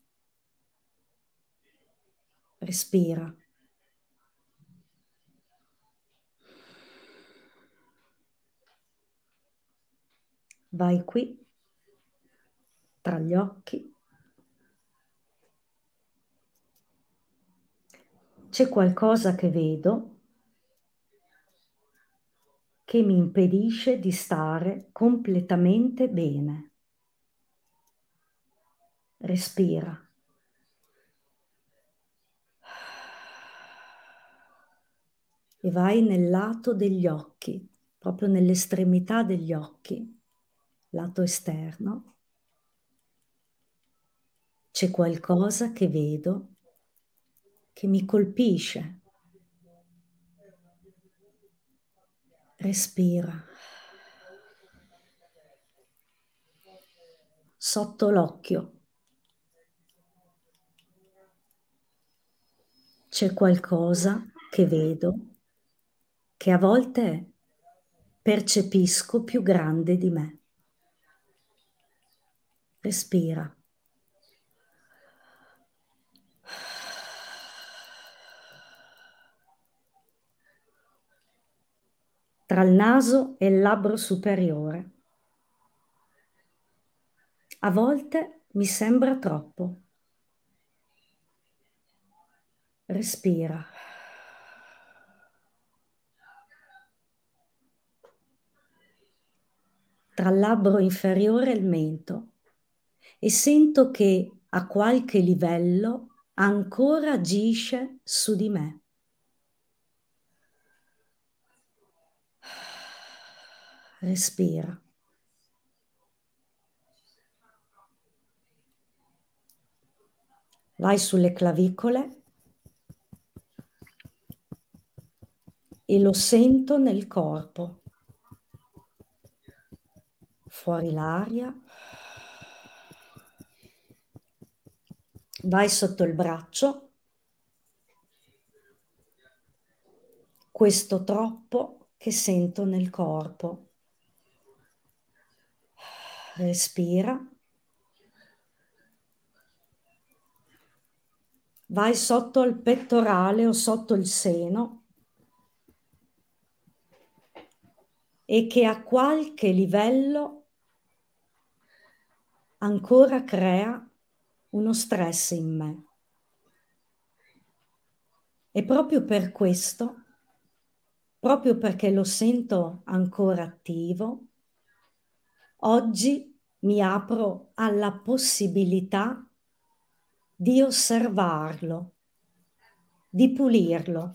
Respira. Vai qui, tra gli occhi. C'è qualcosa che vedo che mi impedisce di stare completamente bene. Respira. E vai nel lato degli occhi, proprio nell'estremità degli occhi, lato esterno. C'è qualcosa che vedo che mi colpisce. Respira. Sotto l'occhio c'è qualcosa che vedo che a volte percepisco più grande di me. Respira. Tra il naso e il labbro superiore. A volte mi sembra troppo. Respira. Tra il labbro inferiore e il mento, e sento che a qualche livello ancora agisce su di me. Respira. Vai sulle clavicole e lo sento nel corpo. Fuori l'aria. Vai sotto il braccio. Questo troppo che sento nel corpo. Respira. vai sotto il pettorale o sotto il seno e che a qualche livello ancora crea uno stress in me. E proprio per questo, proprio perché lo sento ancora attivo, oggi mi apro alla possibilità di osservarlo, di pulirlo,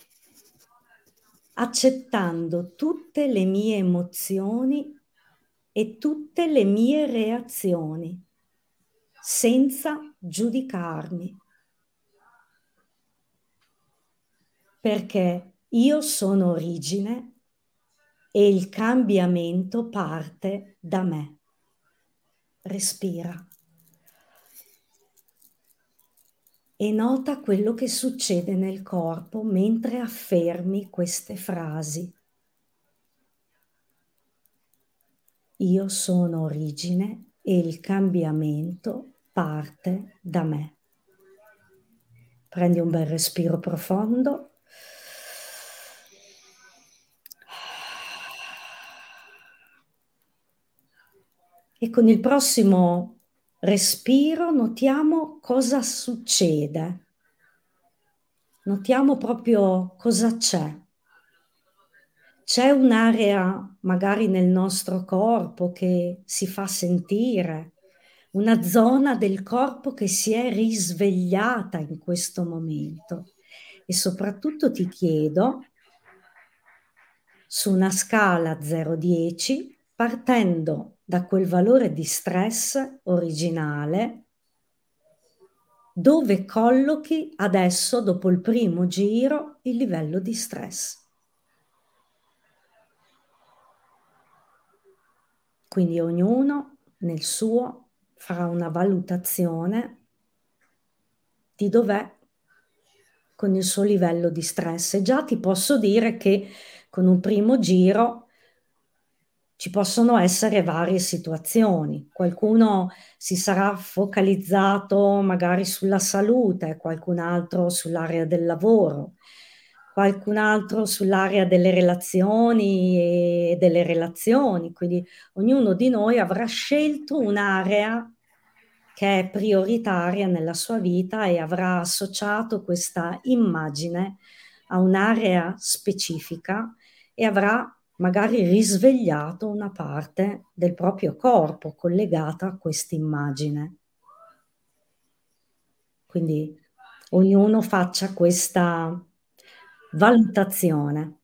accettando tutte le mie emozioni e tutte le mie reazioni, senza giudicarmi, perché io sono origine e il cambiamento parte da me. Respira e nota quello che succede nel corpo mentre affermi queste frasi. Io sono origine e il cambiamento parte da me. Prendi un bel respiro profondo. E con il prossimo respiro notiamo cosa succede. Notiamo proprio cosa c'è. C'è un'area magari nel nostro corpo che si fa sentire, una zona del corpo che si è risvegliata in questo momento. E soprattutto ti chiedo, su una scala zero dieci, partendo da quel valore di stress originale, dove collochi adesso, dopo il primo giro, il livello di stress. Quindi ognuno nel suo farà una valutazione di dov'è con il suo livello di stress. E già ti posso dire che con un primo giro ci possono essere varie situazioni. Qualcuno si sarà focalizzato magari sulla salute, qualcun altro sull'area del lavoro, qualcun altro sull'area delle relazioni e delle relazioni. Quindi ognuno di noi avrà scelto un'area che è prioritaria nella sua vita e avrà associato questa immagine a un'area specifica e avrà magari risvegliato una parte del proprio corpo collegata a questa immagine. Quindi ognuno faccia questa valutazione.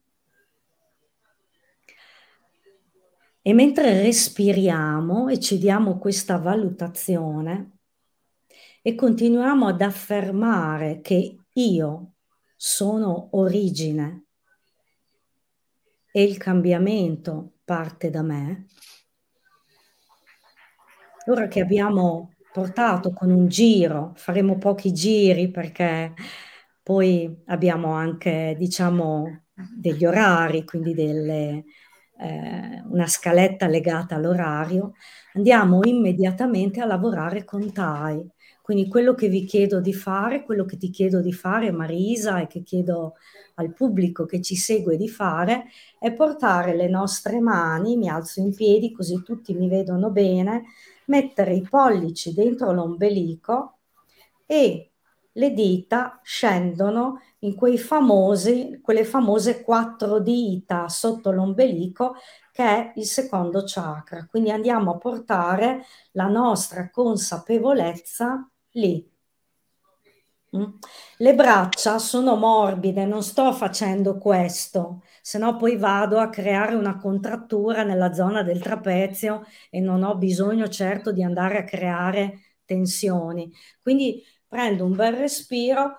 E mentre respiriamo e ci diamo questa valutazione e continuiamo ad affermare che io sono origine e il cambiamento parte da me, ora che abbiamo portato con un giro, faremo pochi giri perché poi abbiamo anche, diciamo, degli orari, quindi delle, eh, una scaletta legata all'orario, andiamo immediatamente a lavorare con Tai. Quindi quello che vi chiedo di fare, quello che ti chiedo di fare, Marisa, e che chiedo al pubblico che ci segue di fare, è portare le nostre mani, mi alzo in piedi così tutti mi vedono bene, mettere i pollici dentro l'ombelico e le dita scendono in quei famosi, quelle famose quattro dita sotto l'ombelico che è il secondo chakra. Quindi andiamo a portare la nostra consapevolezza lì. Mm. Le braccia sono morbide, non sto facendo questo, se no poi vado a creare una contrattura nella zona del trapezio e non ho bisogno certo di andare a creare tensioni. Quindi prendo un bel respiro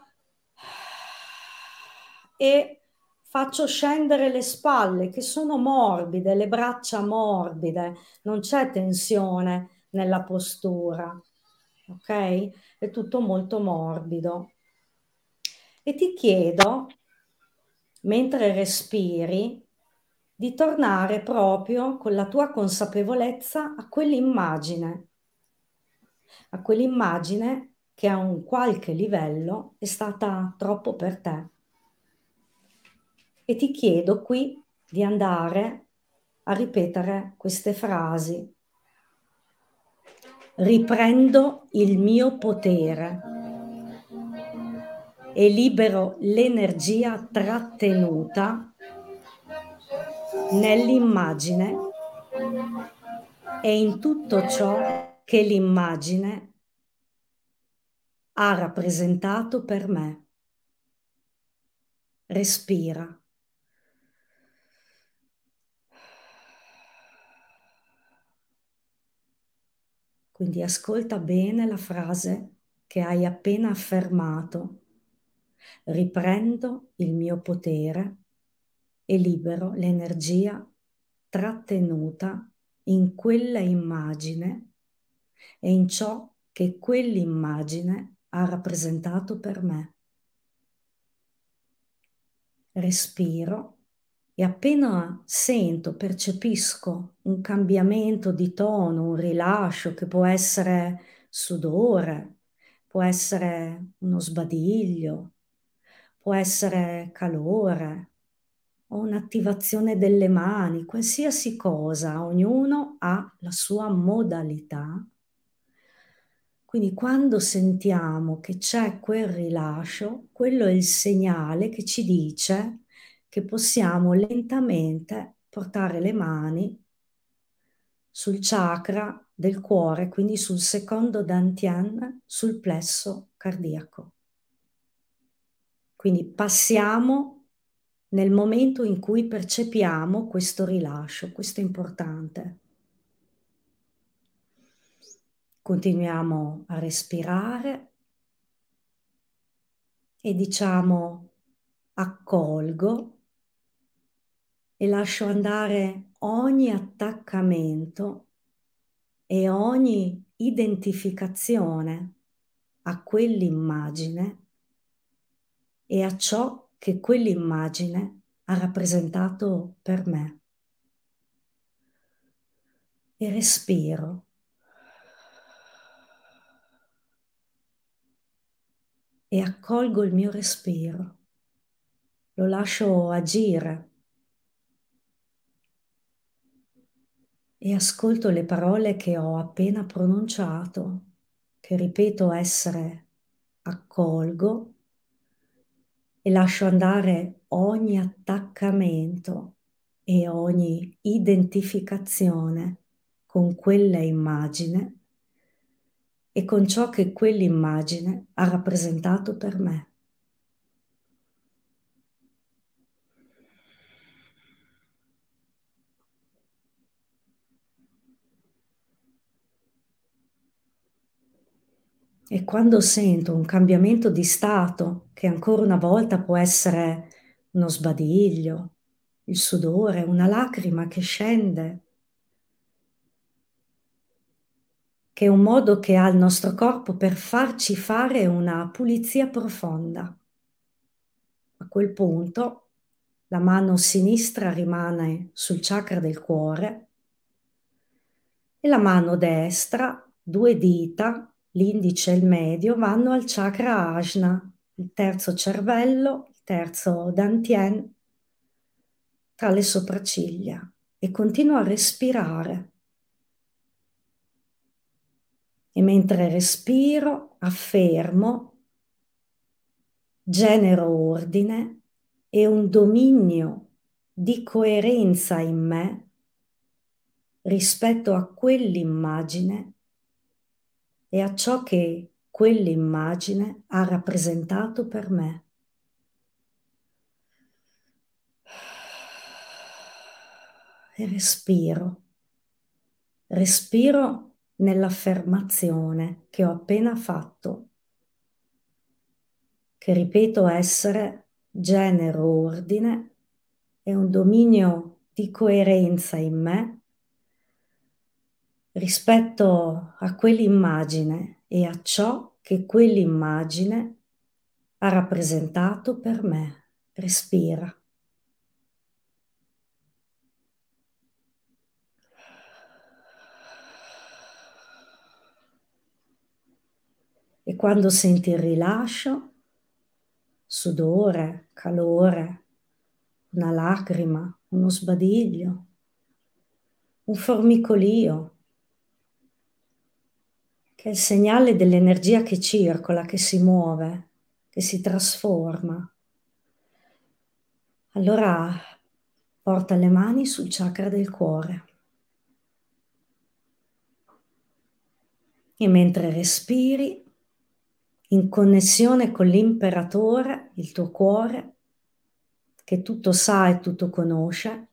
e faccio scendere le spalle che sono morbide, le braccia morbide, non c'è tensione nella postura, ok? È tutto molto morbido. E ti chiedo, mentre respiri, di tornare proprio con la tua consapevolezza a quell'immagine, a quell'immagine che a un qualche livello è stata troppo per te. E ti chiedo qui di andare a ripetere queste frasi. Riprendo il mio potere e libero l'energia trattenuta nell'immagine e in tutto ciò che l'immagine ha rappresentato per me. Respira. Quindi ascolta bene la frase che hai appena affermato. Riprendo il mio potere e libero l'energia trattenuta in quella immagine e in ciò che quell'immagine ha rappresentato per me. Respiro e appena sento, percepisco un cambiamento di tono, un rilascio che può essere sudore, può essere uno sbadiglio, può essere calore o un'attivazione delle mani, qualsiasi cosa, ognuno ha la sua modalità. Quindi quando sentiamo che c'è quel rilascio, quello è il segnale che ci dice che possiamo lentamente portare le mani sul chakra del cuore, quindi sul secondo dantian, sul plesso cardiaco. Quindi passiamo nel momento in cui percepiamo questo rilascio, questo è importante. Continuiamo a respirare e diciamo accolgo e lascio andare ogni attaccamento e ogni identificazione a quell'immagine e a ciò che quell'immagine ha rappresentato per me. E respiro. E accolgo il mio respiro. Lo lascio agire. E ascolto le parole che ho appena pronunciato, che ripeto essere accolgo e lascio andare ogni attaccamento e ogni identificazione con quella immagine e con ciò che quell'immagine ha rappresentato per me. E quando sento un cambiamento di stato, che ancora una volta può essere uno sbadiglio, il sudore, una lacrima che scende, che è un modo che ha il nostro corpo per farci fare una pulizia profonda. A quel punto la mano sinistra rimane sul chakra del cuore e la mano destra, due dita, l'indice e il medio, vanno al chakra Ajna, il terzo cervello, il terzo Dantian, tra le sopracciglia, e continuo a respirare. E mentre respiro, affermo, genero ordine e un dominio di coerenza in me rispetto a quell'immagine e a ciò che quell'immagine ha rappresentato per me. E respiro. Respiro nell'affermazione che ho appena fatto, che ripeto essere genero ordine e un dominio di coerenza in me rispetto a quell'immagine e a ciò che quell'immagine ha rappresentato per me. Respira. E quando senti il rilascio, sudore, calore, una lacrima, uno sbadiglio, un formicolio, che è il segnale dell'energia che circola, che si muove, che si trasforma. Allora porta le mani sul chakra del cuore e mentre respiri, in connessione con l'imperatore, il tuo cuore, che tutto sa e tutto conosce,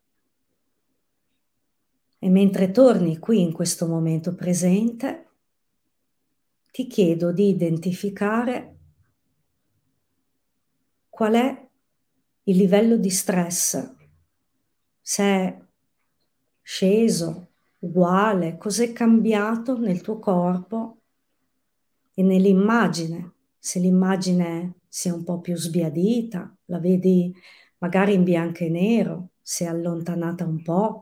e mentre torni qui in questo momento presente, ti chiedo di identificare qual è il livello di stress, se è sceso, uguale, cos'è cambiato nel tuo corpo e nell'immagine, se l'immagine sia un po' più sbiadita, la vedi magari in bianco e nero, si è allontanata un po',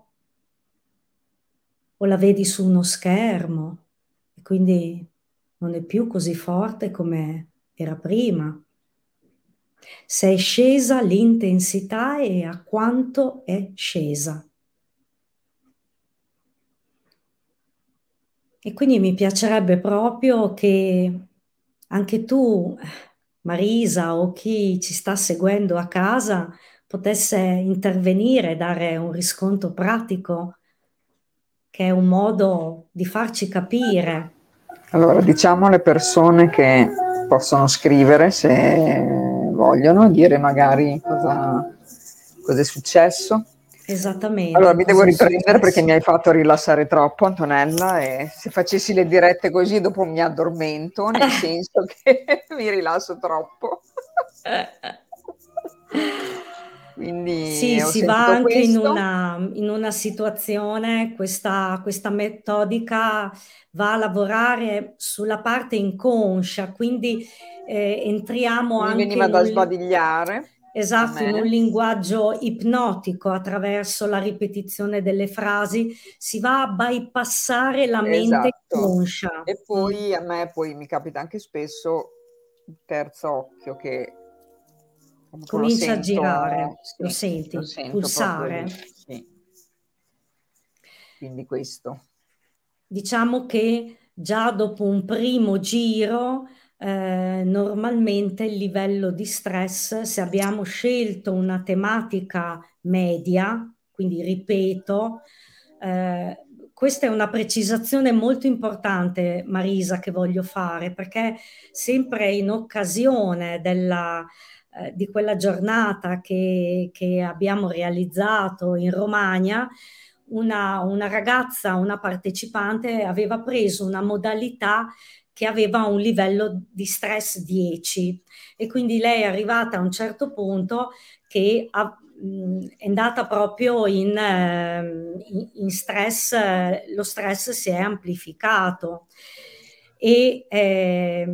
o la vedi su uno schermo e quindi non è più così forte come era prima. Se è scesa l'intensità e a quanto è scesa. E quindi mi piacerebbe proprio che anche tu, Marisa, o chi ci sta seguendo a casa, potesse intervenire, dare un riscontro pratico, che è un modo di farci capire. Allora, diciamo alle persone che possono scrivere se vogliono, dire magari cosa, cosa è successo. Allora, Esattamente mi devo cosa è riprendere perché mi successo. hai fatto rilassare troppo, Antonella, e se facessi le dirette così dopo mi addormento, nel senso che mi rilasso troppo. Quindi Sì, ho si va sentito anche in questo. una, in una situazione, questa, questa metodica va a lavorare sulla parte inconscia, quindi eh, entriamo Mi anche veniva in da un, sbadigliare a esatto, in un me. linguaggio ipnotico attraverso la ripetizione delle frasi, si va a bypassare la mente Esatto. inconscia. E Mm. poi a me poi mi capita anche spesso il terzo occhio che comunque lo Comincia a girare, sento, lo sì, lo senti, sento proprio lì, pulsare. sì. Quindi questo. Diciamo che già dopo un primo giro, eh, normalmente il livello di stress, se abbiamo scelto una tematica media, quindi ripeto, eh, questa è una precisazione molto importante, Marisa, che voglio fare, perché sempre in occasione della, eh, di quella giornata che, che abbiamo realizzato in Romagna, una, una ragazza, una partecipante, aveva preso una modalità che aveva un livello di stress dieci e quindi lei è arrivata a un certo punto che ha, mh, è andata proprio in, eh, in, in stress, eh, lo stress si è amplificato e eh,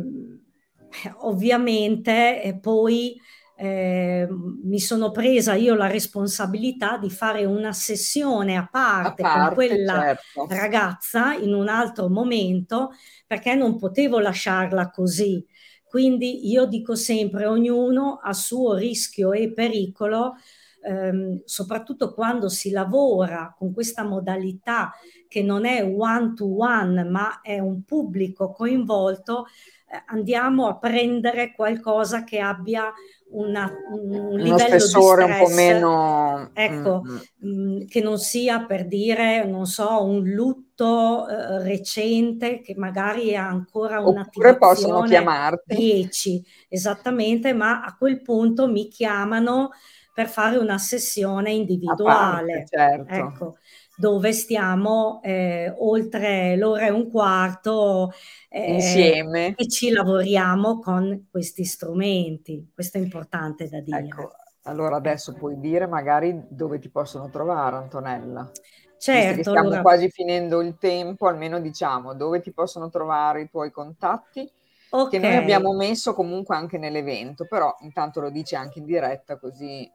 ovviamente eh, poi eh, mi sono presa io la responsabilità di fare una sessione a A parte con parte, quella certo, ragazza in un altro momento perché non potevo lasciarla così. Quindi io dico sempre, ognuno a suo rischio e pericolo, ehm, soprattutto quando si lavora con questa modalità che non è one to one, ma è un pubblico coinvolto, eh, andiamo a prendere qualcosa che abbia una, un uno livello di spessore un po' stress, meno... mm, ecco, mm. mh, che non sia per dire, non so, un lutto eh, recente che magari ha ancora Oppure possono un'attivazione chiamarti dieci, esattamente, ma a quel punto mi chiamano per fare una sessione a parte, individuale, certo, ecco, dove stiamo eh, oltre l'ora e un quarto eh, insieme. e ci lavoriamo con questi strumenti. Questo è importante da Ecco, dire. allora adesso Ecco. puoi dire magari dove ti possono trovare, Antonella. Visto che Certo, stiamo allora, quasi finendo il tempo, almeno diciamo dove ti possono trovare i tuoi contatti, che ok. noi abbiamo messo comunque anche nell'evento, però intanto lo dici anche in diretta così.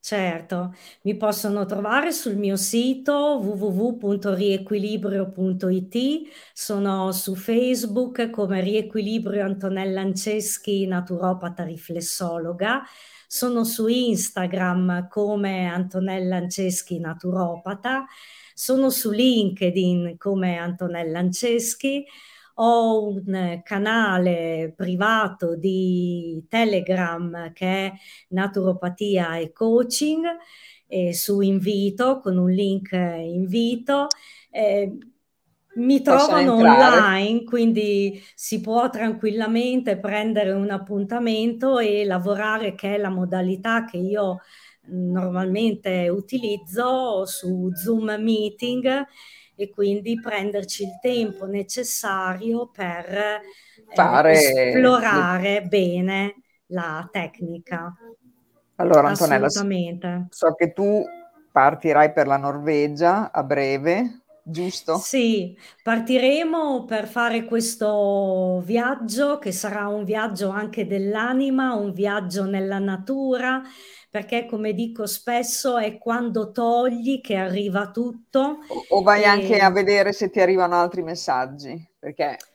Certo, mi possono trovare sul mio sito w w w punto riequilibrio punto i t, sono su Facebook come Riequilibrio Antonella Anceschi, naturopata riflessologa, sono su Instagram come Antonella Anceschi Naturopata, sono su LinkedIn come Antonella Anceschi, ho un eh, canale privato di Telegram che è naturopatia e coaching, eh, su invito, con un link eh, invito. Eh, mi Possono trovano entrare. online, quindi si può tranquillamente prendere un appuntamento e lavorare, che è la modalità che io mh, normalmente utilizzo su Zoom Meeting, e quindi prenderci il tempo necessario per eh, Fare le- esplorare bene la tecnica. Allora, Antonella, s- Assolutamente. so che tu partirai per la Norvegia a breve, giusto? Sì, partiremo per fare questo viaggio che sarà un viaggio anche dell'anima, un viaggio nella natura, perché come dico spesso è quando togli che arriva tutto. O, o vai anche a E vedere se ti arrivano altri messaggi? Perché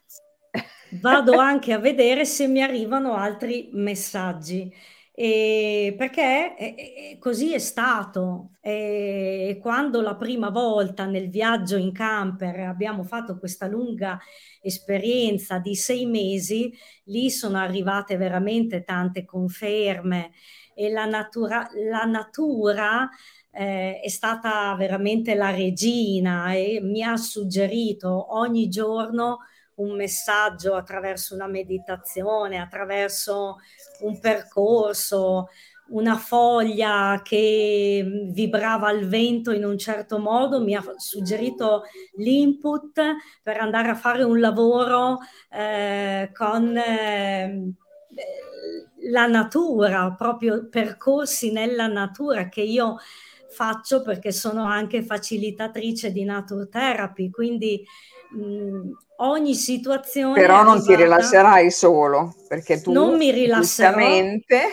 vado anche a vedere se mi arrivano altri messaggi. E perché eh, eh, così è stato. E quando la prima volta nel viaggio in camper abbiamo fatto questa lunga esperienza di sei mesi, lì sono arrivate veramente tante conferme, e la natura, la natura eh, è stata veramente la regina e mi ha suggerito ogni giorno un messaggio attraverso una meditazione, attraverso un percorso, una foglia che vibrava al vento in un certo modo, mi ha suggerito l'input per andare a fare un lavoro eh, con eh, la natura, proprio percorsi nella natura che io faccio perché sono anche facilitatrice di nature therapy, quindi mh, ogni situazione è però non ti arrivata. rilasserai solo, perché tu Non mi rilasserò, giustamente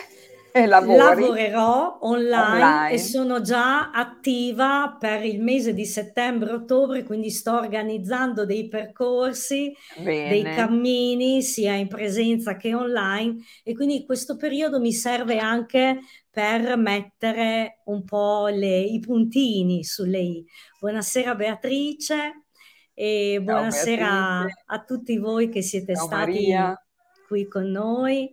lavori lavorerò online e online. sono già attiva per il mese di settembre-ottobre, quindi sto organizzando dei percorsi, dei Bene. cammini sia in presenza che online, e quindi questo periodo mi serve anche per mettere un po' le- i puntini sulle i. Buonasera Beatrice e Ciao Beatrice, buonasera a tutti voi che siete ciao Maria. stati qui con noi.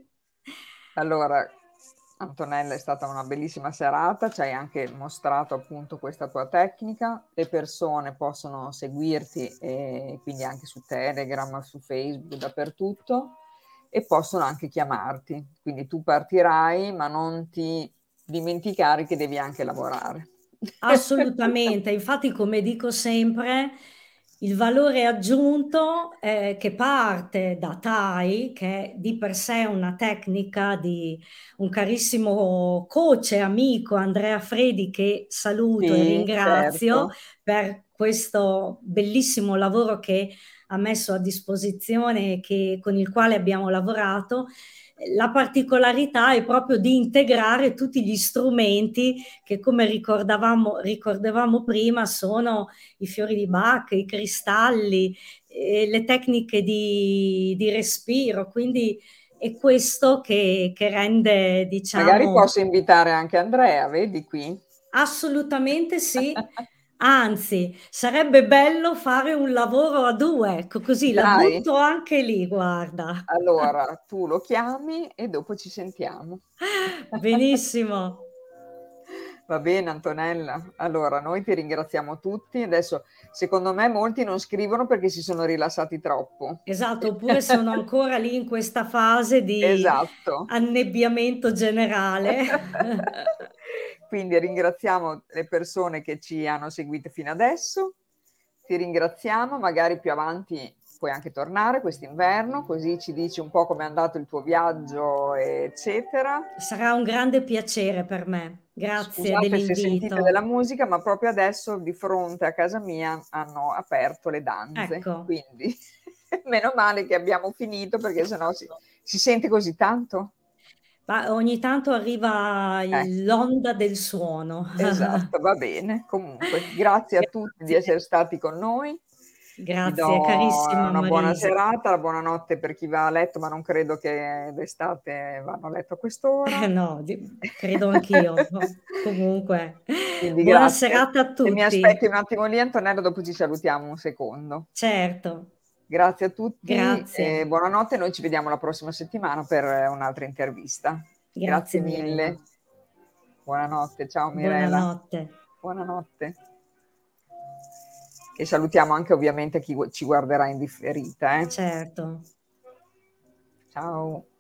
Allora, Antonella, è stata una bellissima serata, ci hai anche mostrato appunto questa tua tecnica. Le persone possono seguirti e quindi anche su Telegram, su Facebook, dappertutto, e possono anche chiamarti. Quindi tu partirai, ma non ti dimenticare che devi anche lavorare. Assolutamente, infatti come dico sempre, il valore aggiunto eh, che parte da Thai, che è di per sé una tecnica di un carissimo coach e amico Andrea Fredi, che saluto e Sì, ringrazio certo. per questo bellissimo lavoro che ha messo a disposizione e che- con il quale abbiamo lavorato. La particolarità è proprio di integrare tutti gli strumenti che, come ricordavamo, ricordavamo prima, sono i fiori di Bach, i cristalli, eh, le tecniche di, di respiro. Quindi è questo che, che rende, Magari diciamo, posso invitare anche Andrea, vedi qui? assolutamente sì. Anzi, sarebbe bello fare un lavoro a due, ecco, così la Dai, butto anche lì, guarda. allora tu lo chiami e dopo ci sentiamo. Benissimo. Va bene, Antonella. Allora, noi ti ringraziamo tutti. Adesso, secondo me, molti non scrivono perché si sono rilassati troppo. Esatto, oppure sono ancora lì in questa fase di Esatto. annebbiamento generale. Quindi ringraziamo le persone che ci hanno seguito fino adesso. Ti ringraziamo, magari più avanti puoi anche tornare quest'inverno, così ci dici un po' com'è andato il tuo viaggio, eccetera. Sarà un grande piacere per me. Grazie Scusate se sentite della dell'invito. musica, ma proprio adesso di fronte a casa mia hanno aperto le danze, Ecco, quindi meno male che abbiamo finito perché sennò si, si sente così tanto. Ma ogni tanto arriva Eh. il l'onda del suono. Esatto, va bene. Comunque, grazie a tutti di Grazie. essere stati con noi. Vi do Grazie carissima una buona Marisa. serata, la buonanotte per chi va a letto, ma non credo che d'estate vanno a letto a Eh quest'ora. no, di credo anch'io. Comunque, Quindi buona grazie. serata a Se mi aspetti tutti. un attimo lì Antonella, dopo ci salutiamo un secondo. Certo. Grazie a tutti e Grazie. buonanotte. Noi ci vediamo la prossima settimana per un'altra intervista. Grazie Grazie mille. Mirella. Buonanotte, ciao Mirela. Buonanotte. Buonanotte. E salutiamo anche ovviamente chi gu ci guarderà in differita, eh. Certo. Ciao.